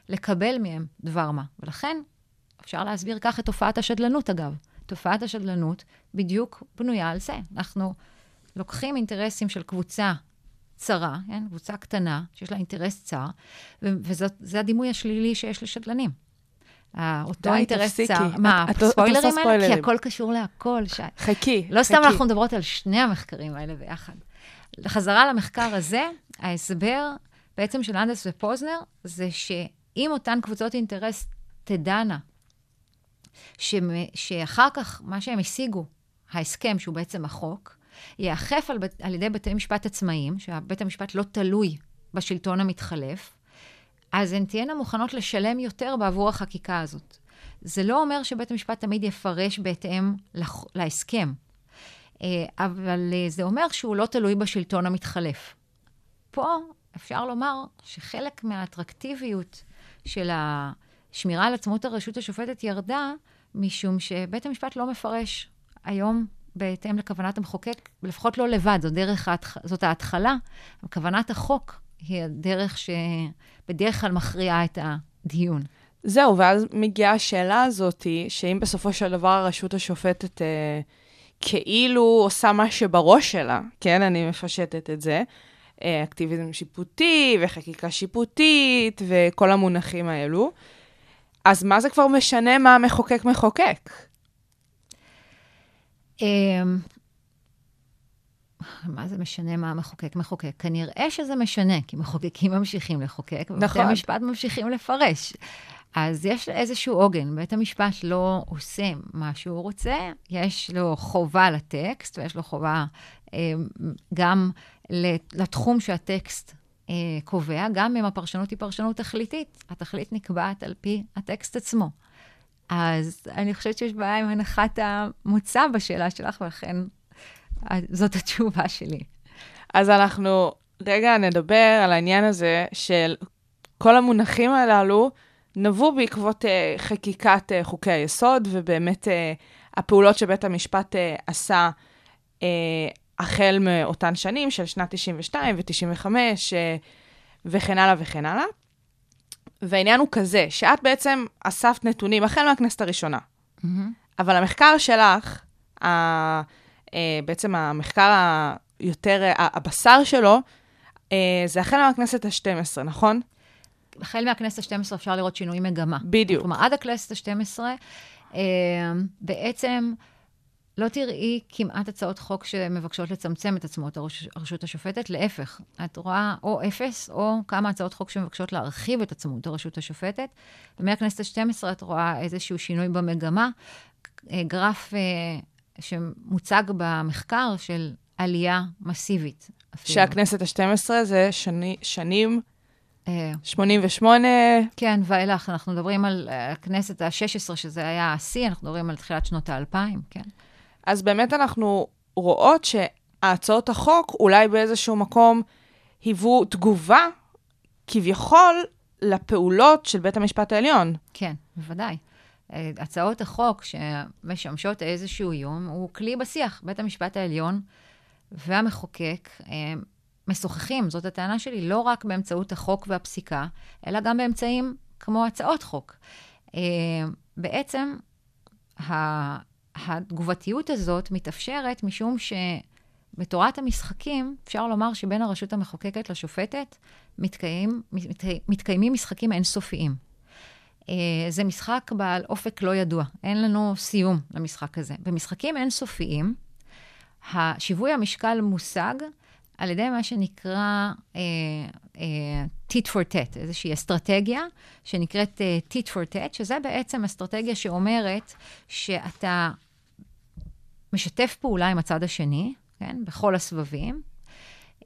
לקבל מהם דבר מה. ולכן אפשר להסביר כך את תופעת השדלנות, אגב. תופעת השדלנות בדיוק בנויה על זה. אנחנו לוקחים אינטרסים של קבוצה צרה, כן? קבוצה קטנה, שיש לה אינטרס צר, וזה הדימוי השלילי שיש לשדלנים. אותו אינטרס צר. מה, ספוילרים האלה? כי הכל קשור להכל, שי. חכי. לא סתם אנחנו מדברות על שני המחקרים האלה ביחד. לחזרה למחקר הזה, ההסבר בעצם של לנדס ופוזנר, זה שאם אותן קבוצות אינטרס תדענה, שאחר כך מה שהם השיגו, ההסכם שהוא בעצם החוק, יאכף על, על ידי בתי משפט עצמאיים, שהבית המשפט לא תלוי בשלטון המתחלף, אז הן תהיינה מוכנות לשלם יותר בעבור החקיקה הזאת. זה לא אומר שבית המשפט תמיד יפרש בהתאם להסכם, אבל זה אומר שהוא לא תלוי בשלטון המתחלף. פה אפשר לומר שחלק מהאטרקטיביות של השמירה על עצמאות הרשות השופטת ירדה, משום שבית המשפט לא מפרש היום בהתאם לכוונת המחוקק, לפחות לא לבד, זאת, דרך, זאת ההתחלה. כוונת החוק היא הדרך שבדרך כלל מכריעה את הדיון. זהו, ואז מגיעה השאלה הזאת, שאם בסופו של דבר הרשות השופטת אה, כאילו עושה מה שבראש שלה, כן, אני מפשטת את זה, אה, אקטיביזם שיפוטי וחקיקה שיפוטית וכל המונחים האלו, אז מה זה כבר משנה מה המחוקק מחוקק? מה זה משנה מה המחוקק מחוקק? כנראה שזה משנה, כי מחוקקים ממשיכים לחוקק, ובתי המשפט ממשיכים לפרש. אז יש איזשהו עוגן, בית המשפט לא עושה מה שהוא רוצה, יש לו חובה לטקסט, ויש לו חובה גם לתחום שהטקסט קובע, גם אם הפרשנות היא פרשנות תכליתית, התכלית נקבעת על פי הטקסט עצמו. אז אני חושבת שיש בעיה עם הנחת המוצא בשאלה שלך, ולכן זאת התשובה שלי. אז אנחנו רגע נדבר על העניין הזה של כל המונחים הללו נבעו בעקבות uh, חקיקת uh, חוקי היסוד, ובאמת uh, הפעולות שבית המשפט uh, עשה uh, החל מאותן שנים של שנת תשעים ושתיים ו-תשעים וחמש uh, וכן הלאה וכן הלאה. והעניין הוא כזה, שאת בעצם אספת נתונים החל מהכנסת הראשונה. Mm-hmm. אבל המחקר שלך, ה, uh, בעצם המחקר היותר, uh, הבשר שלו, uh, זה החל מהכנסת ה-שתים עשרה, נכון? החל מהכנסת ה-שתים עשרה אפשר לראות שינוי מגמה. בדיוק. כלומר, עד הכנסת ה-שתים עשרה, אה, בעצם לא תראי כמעט הצעות חוק שמבקשות לצמצם את עצמאות הראש, הרשות השופטת, להפך. את רואה או אפס, או כמה הצעות חוק שמבקשות להרחיב את עצמאות הרשות השופטת. ומהכנסת ה-שתים עשרה את רואה איזשהו שינוי במגמה, גרף אה, שמוצג במחקר של עלייה מסיבית. אפילו. שהכנסת ה-שתים עשרה זה שני, שנים... שמונים ושמונה. כן, ואילך, אנחנו מדברים על הכנסת ה-שש עשרה, שזה היה ה-C, אנחנו מדברים על תחילת שנות ה-אלפיים, כן. אז באמת אנחנו רואות שההצעות החוק אולי באיזשהו מקום היוו תגובה כביכול לפעולות של בית המשפט העליון. כן, בוודאי. הצעות החוק שמשמשות איזשהו יום הוא כלי בשיח. בית המשפט העליון והמחוקק משוחחים, זאת הטענה שלי, לא רק באמצעות החוק והפסיקה, אלא גם באמצעים כמו הצעות חוק. בעצם התגובתיות הזאת מתאפשרת משום שבתורת המשחקים אפשר לומר שבין הרשות המחוקקת לשופטת מתקיים, מתקיימים משחקים אינסופיים. זה משחק בעל אופק לא ידוע, אין לנו סיום למשחק הזה. במשחקים אינסופיים, השיווי המשקל מושג על ידי מה שנקרא uh, uh, tit for tat, איזושהי אסטרטגיה שנקראת uh, tit for tat, שזה בעצם אסטרטגיה שאומרת שאתה משתף פעולה עם הצד השני, כן, בכל הסבבים, uh,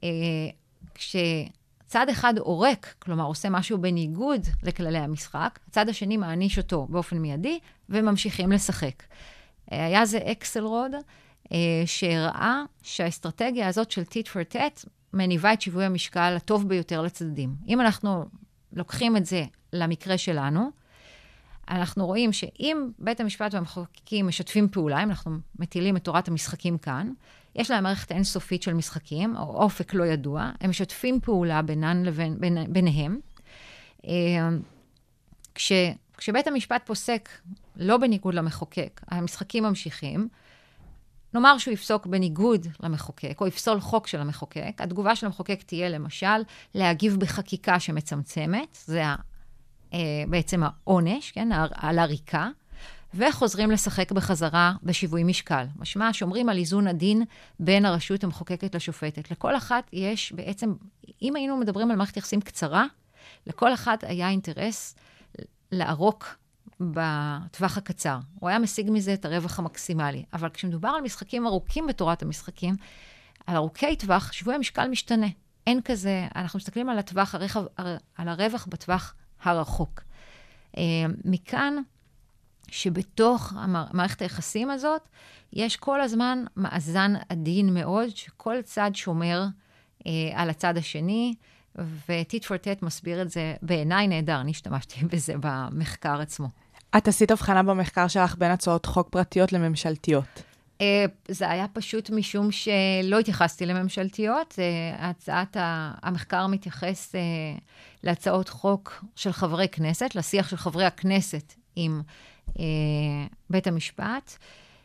כשצד אחד עורק, כלומר עושה משהו בניגוד לכללי המשחק, הצד השני מעניש אותו באופן מיידי, וממשיכים לשחק. Uh, היה זה אקסלרוד, שהראה שהאסטרטגיה הזאת של tit for tat מניבה את שיווי המשקל הטוב ביותר לצדדים. אם אנחנו לוקחים את זה למקרה שלנו, אנחנו רואים שאם בית המשפט והמחוקקים משתפים פעולה, אם אנחנו מטילים את תורת המשחקים כאן, יש להם מערכת אינסופית של משחקים, או אופק לא ידוע, הם משתפים פעולה בינן לבין, בין, ביניהם, כש, כשבית המשפט פוסק לא בניגוד למחוקק, המשחקים ממשיכים, נאמר שהוא יפסוק בניגוד למחוקק, או יפסול חוק של המחוקק, התגובה של המחוקק תהיה למשל להגיב בחקיקה שמצמצמת, זה בעצם העונש, כן, על הריקה, וחוזרים לשחק בחזרה בשיווי משקל. משמע, שומרים על איזון הדין בין הרשות המחוקקת לשופטת. לכל אחת יש בעצם, אם היינו מדברים על מערכת יחסים קצרה, לכל אחת היה אינטרס לערוק בטווח הקצר. הוא היה משיג מזה את הרווח המקסימלי. אבל כשמדובר על משחקים ארוכים בתורת המשחקים, על ארוכי טווח, שיווי המשקל משתנה. אין כזה, אנחנו מסתכלים על הטווח, על הרווח בטווח הרחוק. מכאן, שבתוך המערכת היחסים הזאת, יש כל הזמן מאזן עדין מאוד, שכל צד שומר אה, על הצד השני, וטיט פור טט מסביר את זה בעיניי נהדר, אני השתמשתי בזה במחקר עצמו. את עשית הבחנה במחקר שלך בין הצעות חוק פרטיות לממשלתיות. אה, זה היה פשוט משום שלא התייחסתי לממשלתיות. אה, הצעת המחקר מתייחס אה, להצעות חוק של חברי כנסת, לשיח של חברי הכנסת עם בית המשפט.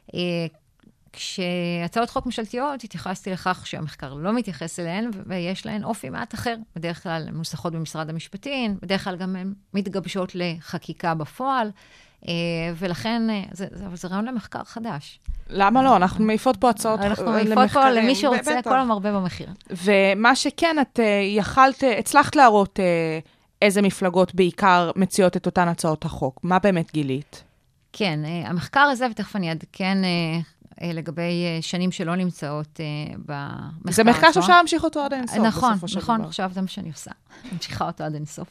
כשהצעות חוק ממשלתיות, התייחסתי לכך שהמחקר לא מתייחס אליהן, ויש להן אופי מעט אחר. בדרך כלל הן מנוסחות במשרד המשפטים, בדרך כלל גם הן מתגבשות לחקיקה בפועל, ולכן זה, זה רעיון למחקר חדש. למה לא? אנחנו מעיפות פה הצעות אנחנו מעיפות פה למי שרוצה, כל המרבה במחיר. ומה שכן, את יכלת, הצלחת להראות איזה מפלגות בעיקר מציעות את אותן הצעות החוק. מה באמת גילית? כן, המחקר הזה, ותכף אני אעדכן לגבי שנים שלא נמצאות במחקר. זה מחקר שאפשר להמשיך אותו עד אינסוף. נכון, נכון, עכשיו זה מה שאני עושה. ממשיכה אותו עד אינסוף.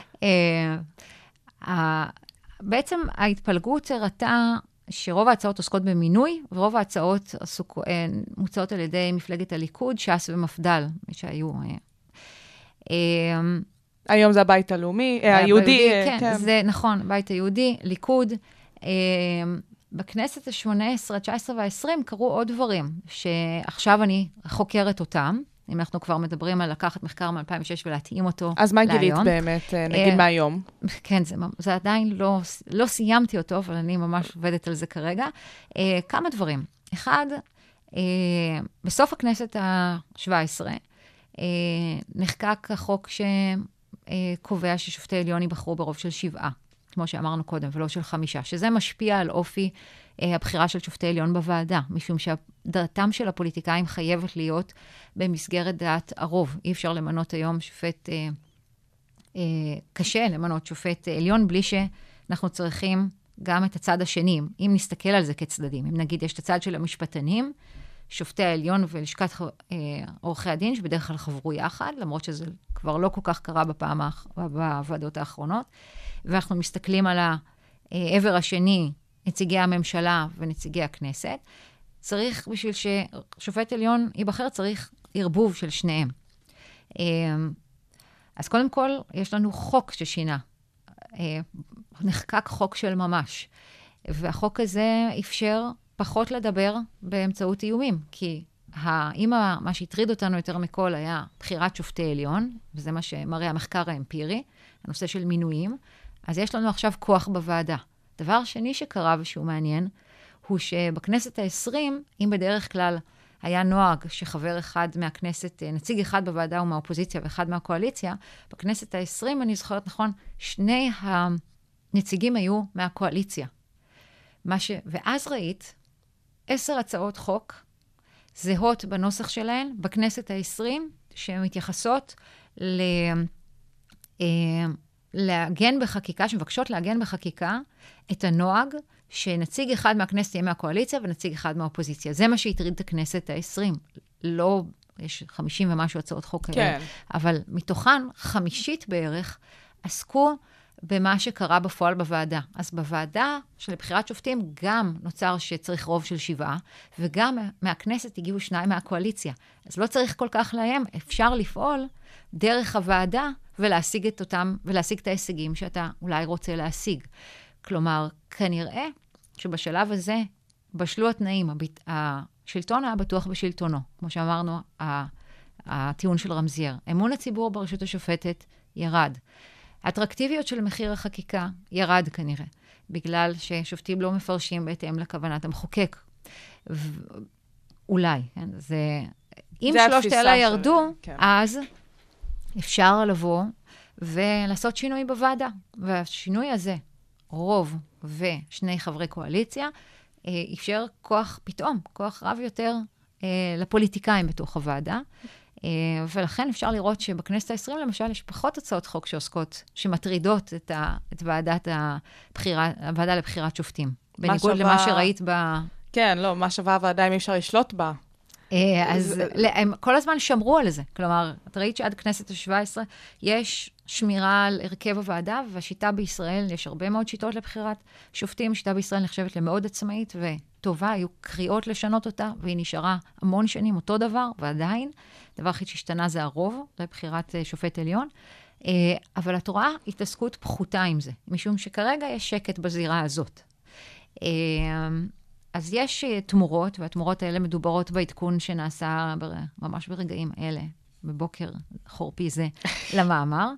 בעצם ההתפלגות הראתה שרוב ההצעות עוסקות במינוי, ורוב ההצעות מוצעות על ידי מפלגת הליכוד, ש"ס ומפד"ל, שהיו... היום זה הבית הלאומי, היהודי. כן, זה נכון, הבית היהודי, ליכוד. בכנסת ה-שמונה עשרה, תשע עשרה וה-עשרים קרו עוד דברים, שעכשיו אני חוקרת אותם, אם אנחנו כבר מדברים על לקחת מחקר מ-אלפיים ושש ולהתאים אותו להיום. אז מה גילית באמת, נגיד מהיום? כן, זה, זה עדיין לא, לא סיימתי אותו, אבל אני ממש עובדת על זה כרגע. כמה דברים. אחד, בסוף הכנסת ה-שבע עשרה, נחקק החוק שקובע ששופטי עליון ייבחרו ברוב של שבעה. כמו שאמרנו קודם, ולא של חמישה, שזה משפיע על אופי אה, הבחירה של שופטי עליון בוועדה, משום שדעתם של הפוליטיקאים חייבת להיות במסגרת דעת הרוב. אי אפשר למנות היום שופט, אה, אה, קשה למנות שופט עליון, בלי שאנחנו צריכים גם את הצד השני, אם נסתכל על זה כצדדים. אם נגיד יש את הצד של המשפטנים, שופטי העליון ולשכת אה, עורכי הדין, שבדרך כלל חברו יחד, למרות שזה כבר לא כל כך קרה בפעם, בוועדות האחרונות, ואנחנו מסתכלים על העבר השני, נציגי הממשלה ונציגי הכנסת, צריך, בשביל ששופט עליון ייבחר, צריך ערבוב של שניהם. אז קודם כל, יש לנו חוק ששינה. נחקק חוק של ממש. והחוק הזה אפשר פחות לדבר באמצעות איומים, כי אם מה שהטריד אותנו יותר מכל היה בחירת שופטי עליון, וזה מה שמראה המחקר האמפירי, הנושא של מינויים, אז יש לנו עכשיו כוח בוועדה. דבר שני שקרה ושהוא מעניין, הוא שבכנסת ה-עשרים, אם בדרך כלל היה נוהג שחבר אחד מהכנסת, נציג אחד בוועדה הוא מהאופוזיציה ואחד מהקואליציה, בכנסת ה-עשרים, אני זוכרת נכון, שני הנציגים היו מהקואליציה. מה ש... ואז ראית עשר הצעות חוק זהות בנוסח שלהן, בכנסת ה-עשרים, שמתייחסות ל... להגן בחקיקה, שמבקשות להגן בחקיקה את הנוהג שנציג אחד מהכנסת יהיה מהקואליציה ונציג אחד מהאופוזיציה. זה מה שהטריד את הכנסת ה-עשרים. לא, יש חמישים ומשהו הצעות חוק כאלה. כן. אבל מתוכן חמישית בערך עסקו במה שקרה בפועל בוועדה. אז בוועדה של בחירת שופטים גם נוצר שצריך רוב של שבעה, וגם מהכנסת הגיעו שניים מהקואליציה. אז לא צריך כל כך להם, אפשר לפעול דרך הוועדה ולהשיג את אותם, ולהשיג את ההישגים שאתה אולי רוצה להשיג. כלומר, כנראה שבשלב הזה בשלו התנאים, השלטון היה בטוח בשלטונו, כמו שאמרנו, הטיעון של רמזייר. אמון הציבור ברשות השופטת ירד. האטרקטיביות של מחיר החקיקה ירד כנראה, בגלל ששופטים לא מפרשים בהתאם לכוונת המחוקק. ו... אולי, כן? זה... אם שלושת אלה ירדו, של... כן. אז אפשר לבוא ולעשות שינוי בוועדה. והשינוי הזה, רוב ושני חברי קואליציה, אפשר כוח פתאום, כוח רב יותר לפוליטיקאים בתוך הוועדה. ולכן אפשר לראות שבכנסת ה-עשרים, למשל, יש פחות הצעות חוק שעוסקות, שמטרידות את, ה, את ועדת הבחירה, הוועדה לבחירת שופטים. בניגוד שווה... למה שראית ב... כן, לא, מה שווה הוועדה אם אי אפשר לשלוט בה? אז הם כל הזמן שמרו על זה. כלומר, את ראית שעד כנסת ה-שבע עשרה יש שמירה על הרכב הוועדה, והשיטה בישראל, יש הרבה מאוד שיטות לבחירת שופטים. השיטה בישראל נחשבת למאוד עצמאית וטובה, היו קריאות לשנות אותה, והיא נשארה המון שנים אותו דבר, ועדיין, דבר הכי שהשתנה זה הרוב, לבחירת שופט עליון. אבל את רואה התעסקות פחותה עם זה, משום שכרגע יש שקט בזירה הזאת. אז יש תמורות, והתמורות האלה מדוברות בעדכון שנעשה ממש ברגעים אלה, בבוקר חורפי זה, למאמר.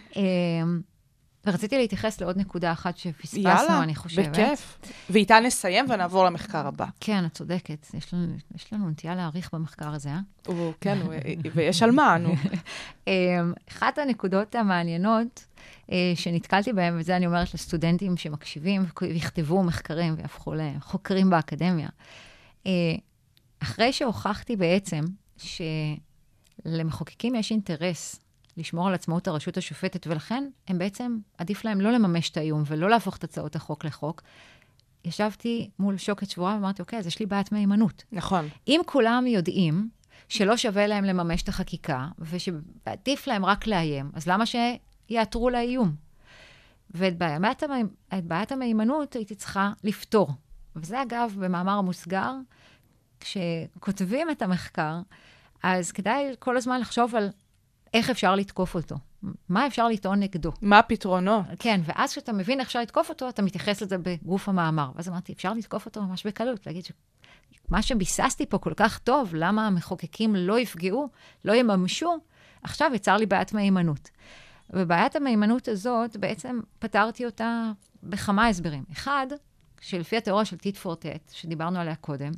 ורציתי להתייחס לעוד נקודה אחת שפספסנו, יאללה, אני חושבת. יאללה, בכיף. ואיתה נסיים ונעבור למחקר הבא. כן, את צודקת. יש לנו, יש לנו נטייה להעריך במחקר הזה, אה? הוא, כן, הוא, ויש על מה, נו. אחת הנקודות המעניינות שנתקלתי בהם, וזה אני אומרת לסטודנטים שמקשיבים, ויכתבו מחקרים ויהפכו לחוקרים באקדמיה. אחרי שהוכחתי בעצם שלמחוקקים יש אינטרס לשמור על עצמאות הרשות השופטת, ולכן הם בעצם, עדיף להם לא לממש את האיום, ולא להפוך את הצעות החוק לחוק. ישבתי מול שוקת שבורה, ואמרתי, אוקיי, אז יש לי בעיית מהימנות. נכון. אם כולם יודעים שלא שווה להם לממש את החקיקה, ושעדיף להם רק לאיים, אז למה שיעתרו לאיום? ואת בעיית, את בעיית המהימנות הייתי צריכה לפתור. וזה אגב, במאמר המוסגר, כשכותבים את המחקר, אז כדאי כל הזמן לחשוב על איך אפשר לתקוף אותו. מה אפשר לטעון נגדו? מה הפתרונות? כן, ואז כשאתה מבין איך אפשר לתקוף אותו, אתה מתייחס לזה בגוף המאמר. ואז אמרתי, אפשר לתקוף אותו ממש בקלות, להגיד שמה שביססתי פה כל כך טוב, למה המחוקקים לא יפגעו, לא יממשו, עכשיו יצר לי בעיית מהימנות. ובעיית המהימנות הזאת, בעצם פתרתי אותה בכמה הסברים. אחד, שלפי התיאוריה של טיט פור טט, שדיברנו עליה קודם,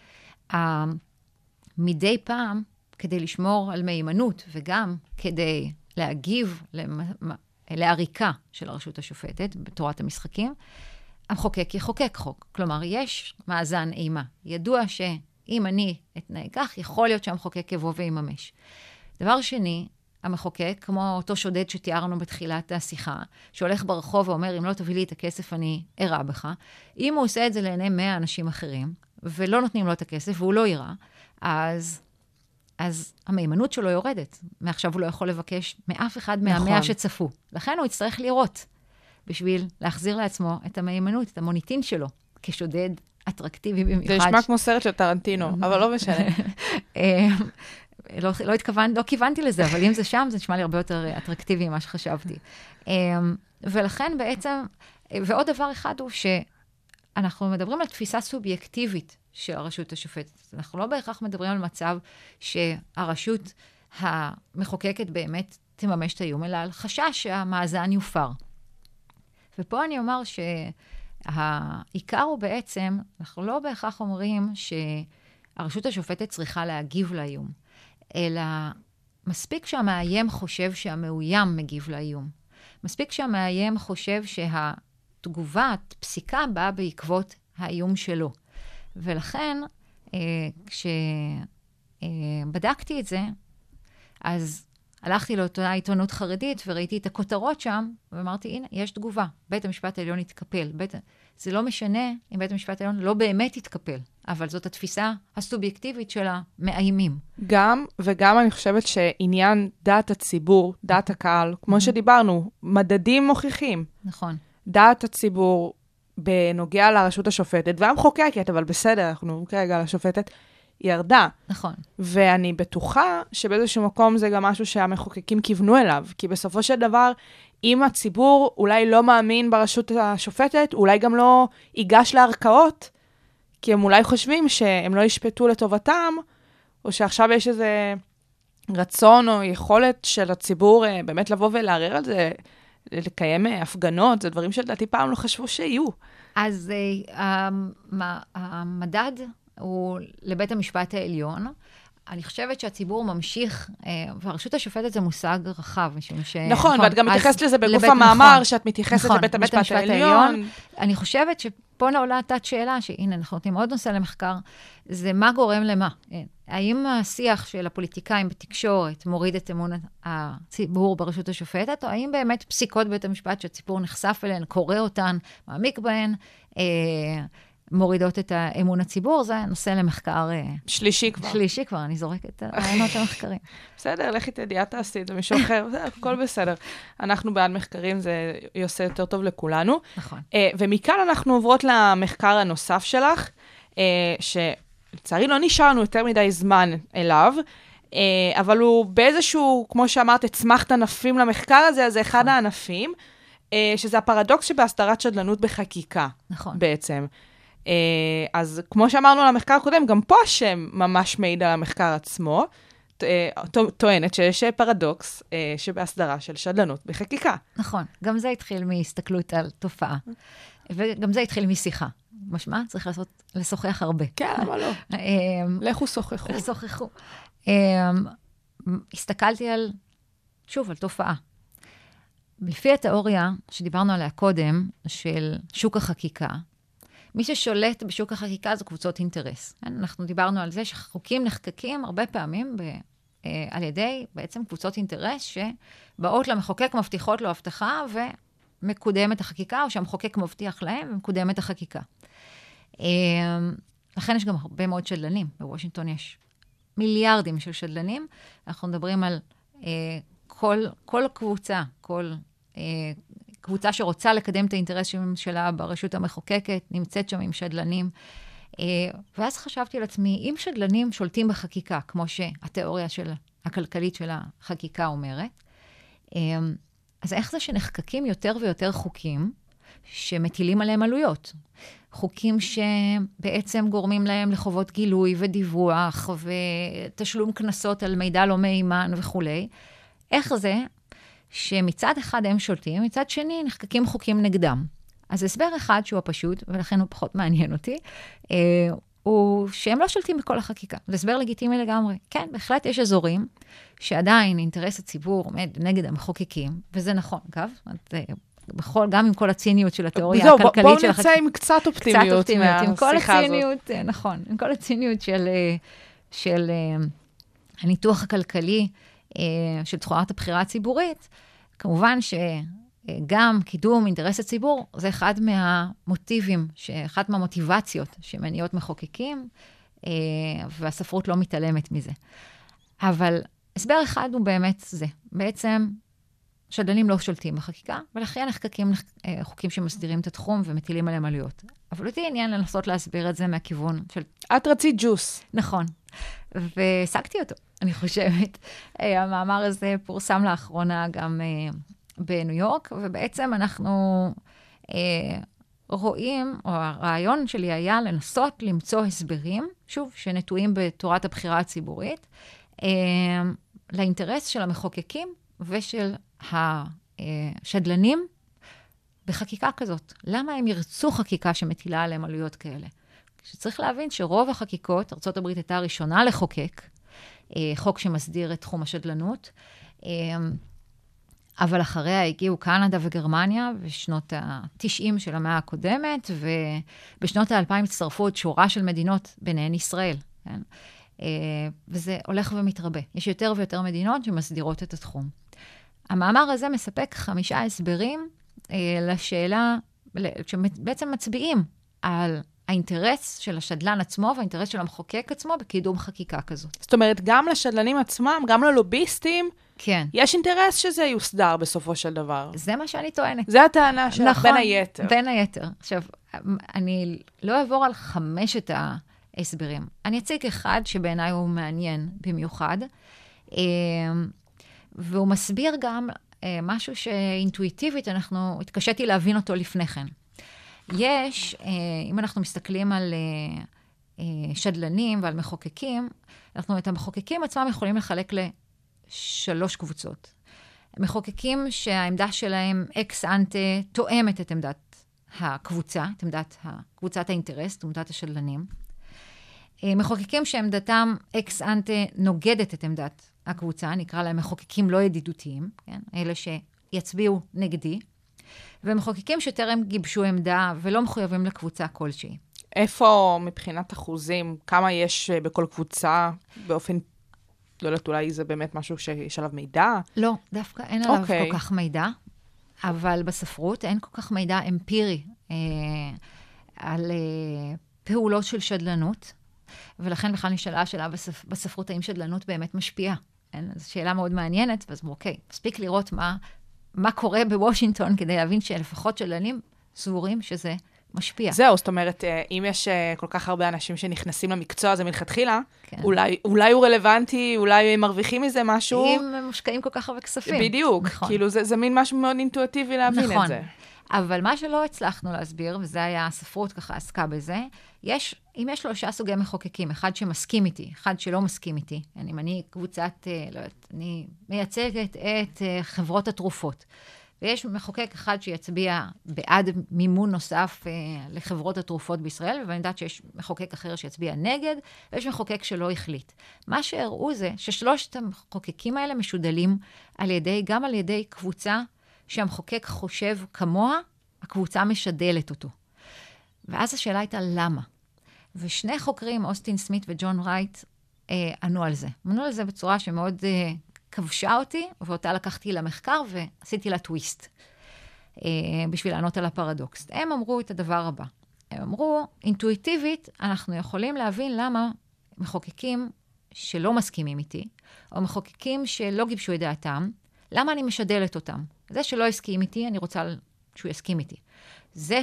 מדי פעם, כדי לשמור על מהימנות, וגם כדי להגיב לעריקה של הרשות השופטת, בתורת המשחקים, המחוקק יחוקק חוק. כלומר, יש מאזן אימה. ידוע שאם אני אתנהג כך, יכול להיות שהמחוקק יבוא ויממש. דבר שני, המחוקק, כמו אותו שודד שתיארנו בתחילת השיחה, שהולך ברחוב ואומר, אם לא תביא לי את הכסף, אני ארע בך. אם הוא עושה את זה לעיני מאה אנשים אחרים, ולא נותנים לו את הכסף, והוא לא ירע, אז... אז המהימנות שלו יורדת. מעכשיו הוא לא יכול לבקש מאף אחד מהמאה שצפו. לכן הוא יצטרך לראות, בשביל להחזיר לעצמו את המהימנות, את המוניטין שלו, כשודד אטרקטיבי במיוחד. זה נשמע כמו סרט של טרנטינו, אבל לא משנה. לא, לא התכוון, לא כיוונתי לזה, אבל אם זה שם, זה נשמע לי הרבה יותר אטרקטיבי ממה שחשבתי. ולכן בעצם, ועוד דבר אחד הוא שאנחנו מדברים על תפיסה סובייקטיבית, של הרשות השופטת. אנחנו לא בהכרח מדברים על מצב שהרשות המחוקקת באמת תממש את האיום, אלא על חשש שהמאזן יופר. ופה אני אומר שהעיקר הוא בעצם, אנחנו לא בהכרח אומרים שהרשות השופטת צריכה להגיב לאיום, אלא מספיק שהמאיים חושב שהמאוים מגיב לאיום. מספיק שהמאיים חושב שהתגובת פסיקה באה בעקבות האיום שלו. ולכן, כשבדקתי את זה, אז הלכתי לאותה עיתונות חרדית, וראיתי את הכותרות שם, ואמרתי, הנה, יש תגובה. בית המשפט העליון יתקפל. בית... זה לא משנה אם בית המשפט העליון לא באמת יתקפל, אבל זאת התפיסה הסובייקטיבית של המאיימים. גם, וגם אני חושבת שעניין דעת הציבור, דעת הקהל, כמו שדיברנו, מדדים מוכיחים. נכון. דעת הציבור, בנוגע לרשות השופטת, והמחוקקת, אבל בסדר, אנחנו כרגע לשופטת, ירדה. נכון. ואני בטוחה שבאיזשהו מקום זה גם משהו שהמחוקקים כיוונו אליו, כי בסופו של דבר, אם הציבור אולי לא מאמין ברשות השופטת, אולי גם לא ייגש לערכאות, כי הם אולי חושבים שהם לא ישפטו לטובתם, או שעכשיו יש איזה רצון או יכולת של הציבור באמת לבוא ולערער על זה, לקיים הפגנות, זה דברים שלדעתי פעם לא חשבו שיהיו. אז המדד הוא לבית המשפט העליון. אני חושבת שהציבור ממשיך, והרשות השופטת זה מושג רחב, משום ש... נכון, ואת גם מתייחסת לזה בגוף המאמר, שאת מתייחסת לבית המשפט העליון. אני חושבת שפה נעולה תת שאלה, שהנה, אנחנו נותנים עוד נושא למחקר, זה מה גורם למה. האם השיח של הפוליטיקאים בתקשורת מוריד את אמון הציבור ברשות השופטת, או האם באמת פסיקות בית המשפט שהציבור נחשף אליהן, קורא אותן, מעמיק בהן, מורידות את האמון הציבור, זה נושא למחקר... שלישי כבר. שלישי כבר, אני זורקת את הרעיונות המחקרים. בסדר, לכי תדעי, תעשי, זה מישהו אחר, זה הכל בסדר. אנחנו בעד מחקרים, זה יעשה יותר טוב לכולנו. נכון. ומכאן אנחנו עוברות למחקר הנוסף שלך, שלצערי לא נשאר לנו יותר מדי זמן אליו, אבל הוא באיזשהו, כמו שאמרת, הצמחת ענפים למחקר הזה, אז זה אחד הענפים, שזה הפרדוקס שבהסדרת שדלנות בחקיקה. נכון. בעצם. אז כמו שאמרנו על המחקר הקודם, גם פה השם ממש מעיד על המחקר עצמו, טוענת שיש פרדוקס שבהסדרה של שדלנות בחקיקה. נכון, גם זה התחיל מהסתכלות על תופעה, וגם זה התחיל משיחה. משמע, צריך לעשות, לשוחח הרבה. כן, אבל לא. לכו שוחחו. שוחחו. הסתכלתי על, שוב, על תופעה. לפי התיאוריה שדיברנו עליה קודם, של שוק החקיקה, מי ששולט בשוק החקיקה זה קבוצות אינטרס. אנחנו דיברנו על זה שחוקים נחקקים הרבה פעמים ב, אה, על ידי בעצם קבוצות אינטרס שבאות למחוקק, מבטיחות לו הבטחה ומקודמת החקיקה, או שהמחוקק מבטיח להם ומקודמת החקיקה. אה, לכן יש גם הרבה מאוד שדלנים. בוושינגטון יש מיליארדים של שדלנים. אנחנו מדברים על אה, כל, כל קבוצה, כל... אה, קבוצה שרוצה לקדם את האינטרס שלה ברשות המחוקקת, נמצאת שם עם שדלנים. ואז חשבתי לעצמי, אם שדלנים שולטים בחקיקה, כמו שהתיאוריה של הכלכלית של החקיקה אומרת, אז איך זה שנחקקים יותר ויותר חוקים שמטילים עליהם עלויות? חוקים שבעצם גורמים להם לחובות גילוי ודיווח ותשלום קנסות על מידע לא מהימן וכו'. איך זה? שמצד אחד הם שולטים, מצד שני נחקקים חוקים נגדם. אז הסבר אחד שהוא הפשוט, ולכן הוא פחות מעניין אותי, אה, הוא שהם לא שולטים בכל החקיקה. זה הסבר לגיטימי לגמרי. כן, בהחלט יש אזורים שעדיין אינטרס הציבור עומד נגד המחוקקים, וזה נכון, אגב, את, בכל, גם עם כל הציניות של התיאוריה זו, הכלכלית בוא, בוא של נצא עם קצת אופטימיות, קצת אופטימיות עם כל הציניות, הזאת. נכון, עם כל הציניות של, של הניתוח הכלכלי, של תחולת הבחירה הציבורית, כמובן שגם קידום אינטרס הציבור, זה אחד מהמוטיבים, אחת מהמוטיבציות שמניעות מחוקקים, והספרות לא מתעלמת מזה. אבל הסבר אחד הוא באמת זה. בעצם שדלנים לא שולטים בחקיקה, ולכן נחקקים חוקים שמסדירים את התחום ומטילים עליהם עלויות. אבל אותי עניין לנסות להסביר את זה מהכיוון של... את רצית ג'וס. נכון. והשגתי אותו, אני חושבת. המאמר הזה פורסם לאחרונה גם בניו יורק, ובעצם אנחנו רואים, או הרעיון שלי היה לנסות למצוא הסברים, שוב, שנטועים בתורת הבחירה הציבורית, לאינטרס של המחוקקים ושל השדלנים בחקיקה כזאת. למה הם ירצו חקיקה שמטילה עליהם עלויות כאלה? שצריך להבין שרוב החקיקות, ארצות הברית הייתה הראשונה לחוקק, חוק שמסדיר את תחום השדלנות, אבל אחריה הגיעו קנדה וגרמניה בשנות ה-תשעים של המאה הקודמת, ובשנות ה-אלפיים הצטרפו עוד שורה של מדינות, ביניהן ישראל. כן? וזה הולך ומתרבה. יש יותר ויותר מדינות שמסדירות את התחום. המאמר הזה מספק חמישה הסברים לשאלה, שבעצם מצביעים על האינטרס של השדלן עצמו והאינטרס של המחוקק עצמו בקידום חקיקה כזו. זאת אומרת, גם לשדלנים עצמם, גם ללוביסטים, כן. יש אינטרס שזה יוסדר בסופו של דבר. זה מה שאני טוענת. זה הטענה שלך, נכון, בין היתר. בין היתר. עכשיו, אני לא אעבור על חמשת ההסברים. אני אציג אחד שבעיניי הוא מעניין במיוחד, והוא מסביר גם משהו שאינטואיטיבית אנחנו התקשיתי להבין אותו לפני כן. יש, אם אנחנו מסתכלים על שדלנים ועל מחוקקים, אנחנו את המחוקקים עצמם יכולים לחלק לשלוש קבוצות. מחוקקים שהעמדה שלהם אקס אנטה תואמת את עמדת הקבוצה, את עמדת קבוצת האינטרס, את עמדת השדלנים. מחוקקים שעמדתם אקס אנטה נוגדת את עמדת הקבוצה, נקרא להם מחוקקים לא ידידותיים, כן? אלה שיצביעו נגדי, ומחוקקים שטרם גיבשו עמדה ולא מחויבים לקבוצה כלשהי. איפה מבחינת אחוזים, כמה יש בכל קבוצה באופן, לא יודעת, אולי זה באמת משהו שיש עליו מידע? לא, דווקא אין עליו אוקיי. כל כך מידע, אבל בספרות אין כל כך מידע אמפירי אה, על אה, פעולות של שדלנות, ולכן בכלל נשאלה השאלה בספ... בספרות האם שדלנות באמת משפיעה. זו שאלה מאוד מעניינת, ואז אוקיי, מספיק לראות מה, מה קורה בוושינגטון, כדי להבין שלפחות שדלנים סבורים שזה משפיע. זהו, זאת אומרת, אם יש כל כך הרבה אנשים שנכנסים למקצוע הזה מלכתחילה, כן. אולי, אולי הוא רלוונטי, אולי הם מרוויחים מזה משהו. אם הם מושקעים כל כך הרבה כספים. בדיוק, נכון. כאילו זה, זה מין משהו מאוד אינטואיטיבי להבין נכון. את זה. אבל מה שלא הצלחנו להסביר, וזה היה הספרות ככה עסקה בזה, יש, אם יש שלושה סוגי מחוקקים, אחד שמסכים איתי, אחד שלא מסכים איתי, אם אני קבוצת, לא יודעת, אני מייצגת את חברות התרופות, ויש מחוקק אחד שיצביע בעד מימון נוסף אה, לחברות התרופות בישראל, ואני יודעת שיש מחוקק אחר שיצביע נגד, ויש מחוקק שלא החליט. מה שהראו זה ששלושת המחוקקים האלה משודלים על ידי, גם על ידי קבוצה שהמחוקק חושב כמוה, הקבוצה משדלת אותו. ואז השאלה הייתה למה. ושני חוקרים, אוסטין סמית וג'ון רייט, אה, ענו על זה. ענו על זה בצורה שמאוד אה, כבשה אותי, ואותה לקחתי למחקר ועשיתי לה טוויסט, אה, בשביל לענות על הפרדוקס. הם אמרו את הדבר הבא. הם אמרו, אינטואיטיבית, אנחנו יכולים להבין למה מחוקקים שלא מסכימים איתי, או מחוקקים שלא גיבשו את דעתם, למה אני משדלת אותם. זה שלא הסכים איתי, אני רוצה שהוא יסכים איתי. זה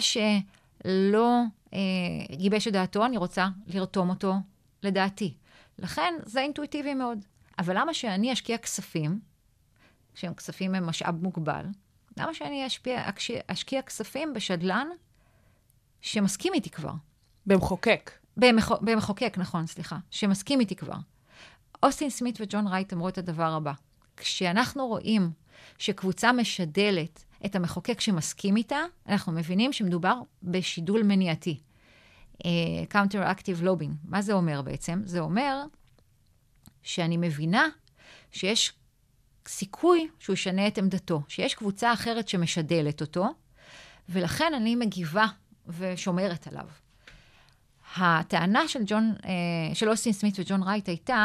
שלא אה, גיבש את דעתו, אני רוצה לרתום אותו לדעתי. לכן זה אינטואיטיבי מאוד. אבל למה שאני אשקיע כספים, שהם כספים הם משאב מוגבל, למה שאני אשפיע, אשקיע, אשקיע כספים בשדלן שמסכים איתי כבר? במחוקק. במח, במחוקק, נכון, סליחה. שמסכים איתי כבר. אוסטין סמית וג'ון רייט אמרו את הדבר הבא. כשאנחנו רואים שקבוצה משדלת את המחוקק שמסכים איתה, אנחנו מבינים שמדובר בשידול מניעתי. Uh, counteractive lobbying. מה זה אומר בעצם? זה אומר שאני מבינה שיש סיכוי שהוא ישנה את עמדתו, שיש קבוצה אחרת שמשדלת אותו, ולכן אני מגיבה ושומרת עליו. הטענה של, ג'ון, uh, של אוסטין סמית וג'ון רייט הייתה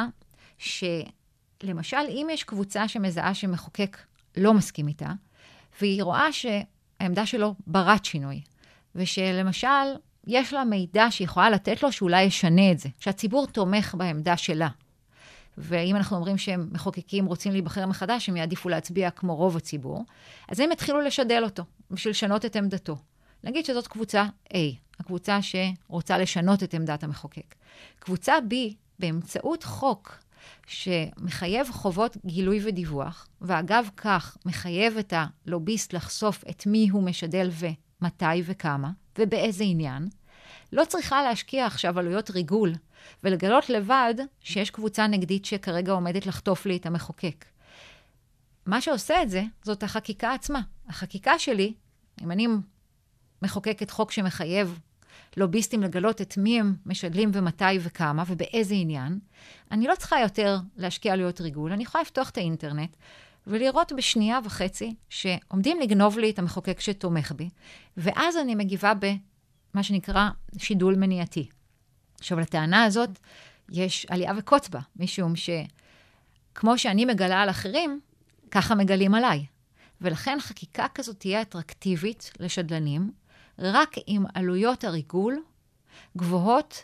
שלמשל, אם יש קבוצה שמזהה שמחוקק לא מסכים איתה, והיא רואה שהעמדה שלו ברת שינוי, ושלמשל יש לה מידע שיכולה לתת לו שאולי ישנה את זה, שהציבור תומך בעמדה שלה. ואם אנחנו אומרים שהם מחוקקים רוצים להיבחר מחדש, הם יעדיפו להצביע כמו רוב הציבור, אז הם התחילו לשדל אותו, בשביל לשנות את עמדתו. נגיד שזאת קבוצה A, הקבוצה שרוצה לשנות את עמדת המחוקק. קבוצה B, באמצעות חוק שמחייב חובות גילוי ודיווח, ואגב כך מחייב את הלוביסט לחשוף את מי הוא משדל ומתי וכמה, ובאיזה עניין, לא צריכה להשקיע עכשיו עלויות ריגול, ולגלות לבד שיש קבוצה נגדית שכרגע עומדת לחטוף לי את המחוקק. מה שעושה את זה, זאת החקיקה עצמה. החקיקה שלי, אם אני מחוקקת חוק שמחייב לוביסטים לגלות את מי הם משדלים ומתי וכמה ובאיזה עניין, אני לא צריכה יותר להשקיע עלויות ריגול, אני יכולה לפתוח את האינטרנט ולראות בשנייה וחצי שעומדים לגנוב לי את המחוקק שתומך בי, ואז אני מגיבה במה שנקרא שידול מניעתי. עכשיו, לטענה הזאת יש עלייה וקוץ בה, משום שכמו שאני מגלה על אחרים, ככה מגלים עליי. ולכן חקיקה כזאת תהיה אטרקטיבית לשדלנים, רק עם עלויות הריגול גבוהות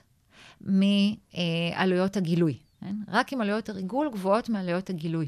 מעלויות הגילוי. רק עם עלויות הריגול גבוהות מעלויות הגילוי.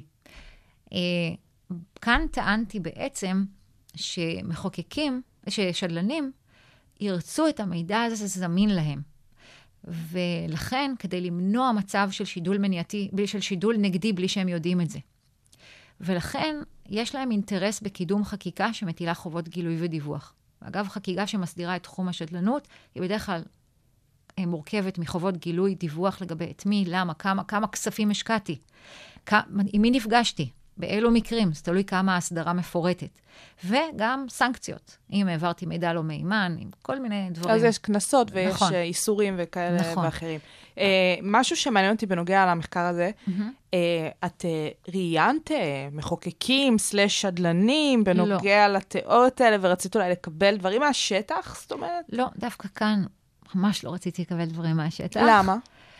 כאן טענתי בעצם שמחוקקים, ששדלנים ירצו את המידע הזה זמין להם. ולכן, כדי למנוע מצב של שידול מניעתי, של שידול נגדי בלי שהם יודעים את זה. ולכן, יש להם אינטרס בקידום חקיקה שמטילה חובות גילוי ודיווח. אגב, חקיקה שמסדירה את תחום השדלנות, היא בדרך כלל מורכבת מחובות גילוי, דיווח לגבי את מי, למה, כמה, כמה כספים השקעתי, עם מי נפגשתי, באילו מקרים, זה תלוי כמה הסדרה מפורטת. וגם סנקציות, אם העברתי מידע לא מהימן, עם כל מיני דברים. אז יש כנסות ויש נכון. איסורים וכאלה נכון. ואחרים. אה, משהו שמעניין אותי בנוגע למחקר הזה, אה, את אה, ראיינת אה, מחוקקים, סלש שדלנים, בנוגע לתיאוריות האלה, ורצית אולי לקבל דברים מהשטח, זאת אומרת? לא, דווקא כאן ממש לא רציתי לקבל דברים מהשטח. למה?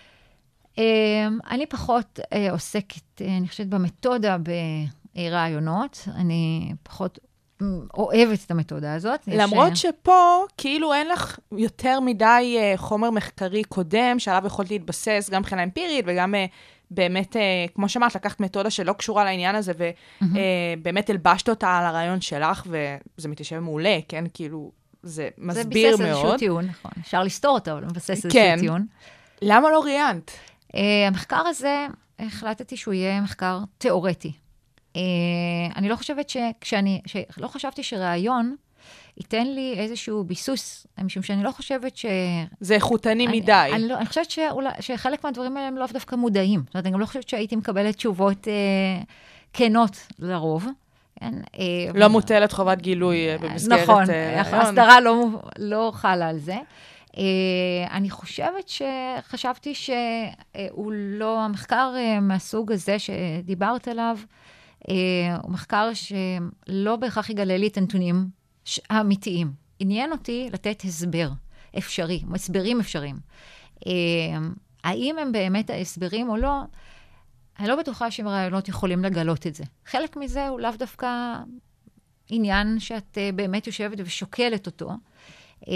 אני פחות עוסקת, אני חושבת, במתודה ברעיונות. אני פחות אוהבת את המתודה הזאת. למרות שפה, כאילו אין לך יותר מדי חומר מחקרי קודם, שעליו יכולת להתבסס, גם מבחינה אמפירית, וגם באמת, כמו שאמרת, לקחת מתודה שלא קשורה לעניין הזה, ובאמת הלבשת אותה על הרעיון שלך, וזה מתיישב מעולה, כן? כאילו, זה מסביר מאוד. זה ביסס איזשהו טיעון, נכון. אפשר לסתור אותו, אבל מבסס איזשהו טיעון. למה לא ראיינת? Uh, המחקר הזה, החלטתי שהוא יהיה מחקר תיאורטי. Uh, אני לא חושבת שכשאני, לא חשבתי שרעיון ייתן לי איזשהו ביסוס, משום שאני לא חושבת ש... זה איכותני אני, מדי. אני, לא, אני חושבת שאולי, שחלק מהדברים האלה הם לא דווקא מודעים. זאת אומרת, אני גם לא חושבת שהייתי מקבלת תשובות uh, כנות לרוב. כן? Uh, לא מוטלת חובת גילוי uh, במסגרת... נכון, uh, ההסדרה לא, לא חלה על זה. Uh, אני חושבת שחשבתי שהוא לא, המחקר uh, מהסוג הזה שדיברת עליו, uh, הוא מחקר שלא בהכרח יגלה לי את הנתונים האמיתיים. עניין אותי לתת הסבר אפשרי, הסברים אפשריים. Uh, האם הם באמת ההסברים או לא, אני לא בטוחה שהם רעיונות יכולים לגלות את זה. חלק מזה הוא לאו דווקא עניין שאת uh, באמת יושבת ושוקלת אותו. Uh,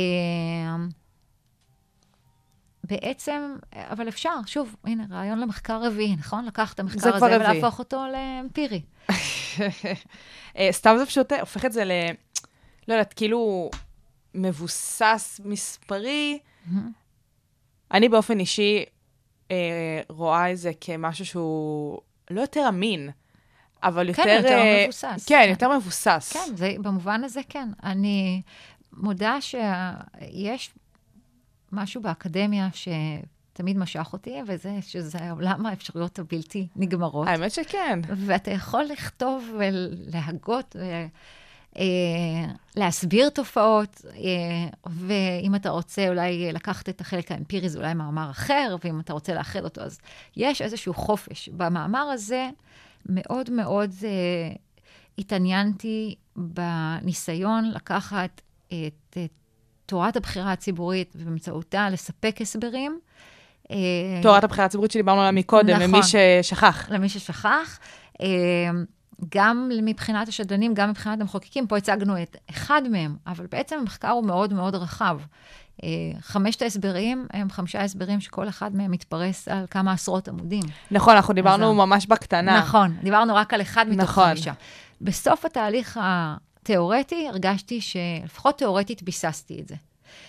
בעצם, אבל אפשר, שוב, הנה, רעיון למחקר רביעי, נכון? לקח את המחקר הזה ולהפוך אותו לאמפירי. סתם זה פשוט הופך את זה ל... לא יודעת, כאילו מבוסס מספרי. אני באופן אישי רואה את זה כמשהו שהוא לא יותר אמין, אבל יותר... כן, יותר מבוסס. כן, יותר מבוסס. כן, במובן הזה כן. אני מודה שיש... משהו באקדמיה שתמיד משך אותי, וזה שזה עולם האפשרויות הבלתי נגמרות. האמת שכן. ואתה יכול לכתוב ולהגות, להסביר תופעות, ואם אתה רוצה אולי לקחת את החלק האמפירי, זה אולי מאמר אחר, ואם אתה רוצה לאחד אותו, אז יש איזשהו חופש. במאמר הזה מאוד מאוד התעניינתי בניסיון לקחת את... תורת הבחירה הציבורית, ובאמצעותה לספק הסברים. תורת הבחירה הציבורית שדיברנו עליה מקודם, נכון, למי ששכח. למי ששכח. גם מבחינת השדלנים, גם מבחינת המחוקקים, פה הצגנו את אחד מהם, אבל בעצם המחקר הוא מאוד מאוד רחב. חמשת ההסברים הם חמישה הסברים שכל אחד מהם מתפרס על כמה עשרות עמודים. נכון, אנחנו דיברנו ממש בקטנה. נכון, דיברנו רק על אחד מתוך נכון. חמישה. בסוף התהליך ה... תיאורטי, הרגשתי שלפחות תיאורטית ביססתי את זה.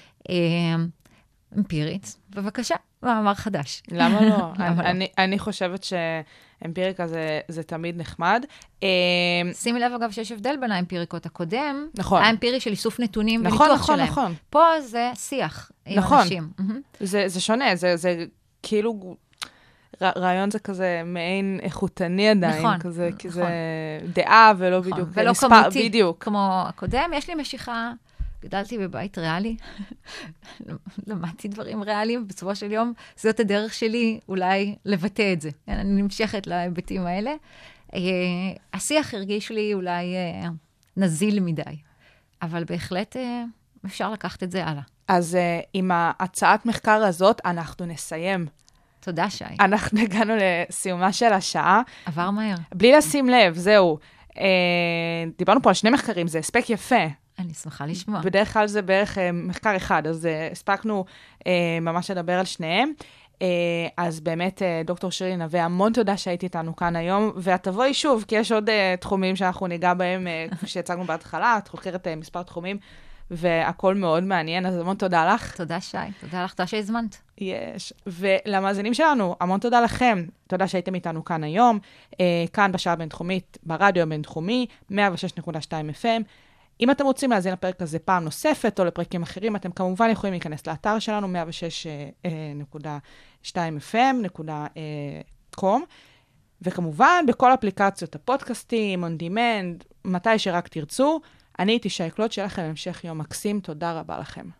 אמפירית, בבקשה, מאמר חדש. למה לא? אני, אני חושבת שאמפיריקה זה, זה תמיד נחמד. שימי לב אגב שיש הבדל בין האמפיריקות הקודם, נכון. האמפירי של איסוף נתונים נכון, וניתוח נכון, שלהם. נכון. פה זה שיח עם נכון. אנשים. זה, זה שונה, זה, זה כאילו... רעיון זה כזה מעין איכותני עדיין, נכון, כזה, נכון. כי זה דעה ולא נכון, בדיוק ולא מספר, כמותי, בדיוק. כמו הקודם. יש לי משיכה, גדלתי בבית ריאלי, למדתי דברים ריאליים, בסופו של יום זאת הדרך שלי אולי לבטא את זה. אני נמשכת להיבטים האלה. השיח הרגיש לי אולי נזיל מדי, אבל בהחלט אפשר לקחת את זה הלאה. אז עם ההצעת מחקר הזאת אנחנו נסיים. תודה, שי. אנחנו הגענו לסיומה של השעה. עבר מהר. בלי לשים לב, זהו. אה, דיברנו פה על שני מחקרים, זה הספק יפה. אני שמחה לשמוע. בדרך כלל זה בערך אה, מחקר אחד, אז אה, הספקנו אה, ממש לדבר על שניהם. אה, אז באמת, אה, דוקטור שירי נווה, המון תודה שהייתי איתנו כאן היום, ואת תבואי שוב, כי יש עוד אה, תחומים שאנחנו ניגע בהם, אה, כפי שהצגנו בהתחלה, את חוקרת אה, מספר תחומים, והכל מאוד מעניין, אז המון תודה לך. תודה, שי. תודה לך, תודה שהזמנת. יש. ולמאזינים שלנו, המון תודה לכם. תודה שהייתם איתנו כאן היום, אה, כאן בשעה הבינתחומית, ברדיו הבינתחומי, מאה ושש נקודה שתיים אף אם. אם אתם רוצים להזין לפרק הזה פעם נוספת, או לפרקים אחרים, אתם כמובן יכולים להיכנס לאתר שלנו, מאה ושש נקודה שתיים אף אם נקודה קום. וכמובן, בכל אפליקציות הפודקאסטים, on demand, מתי שרק תרצו, אני הייתי שייקלוט שלכם המשך יום מקסים, תודה רבה לכם.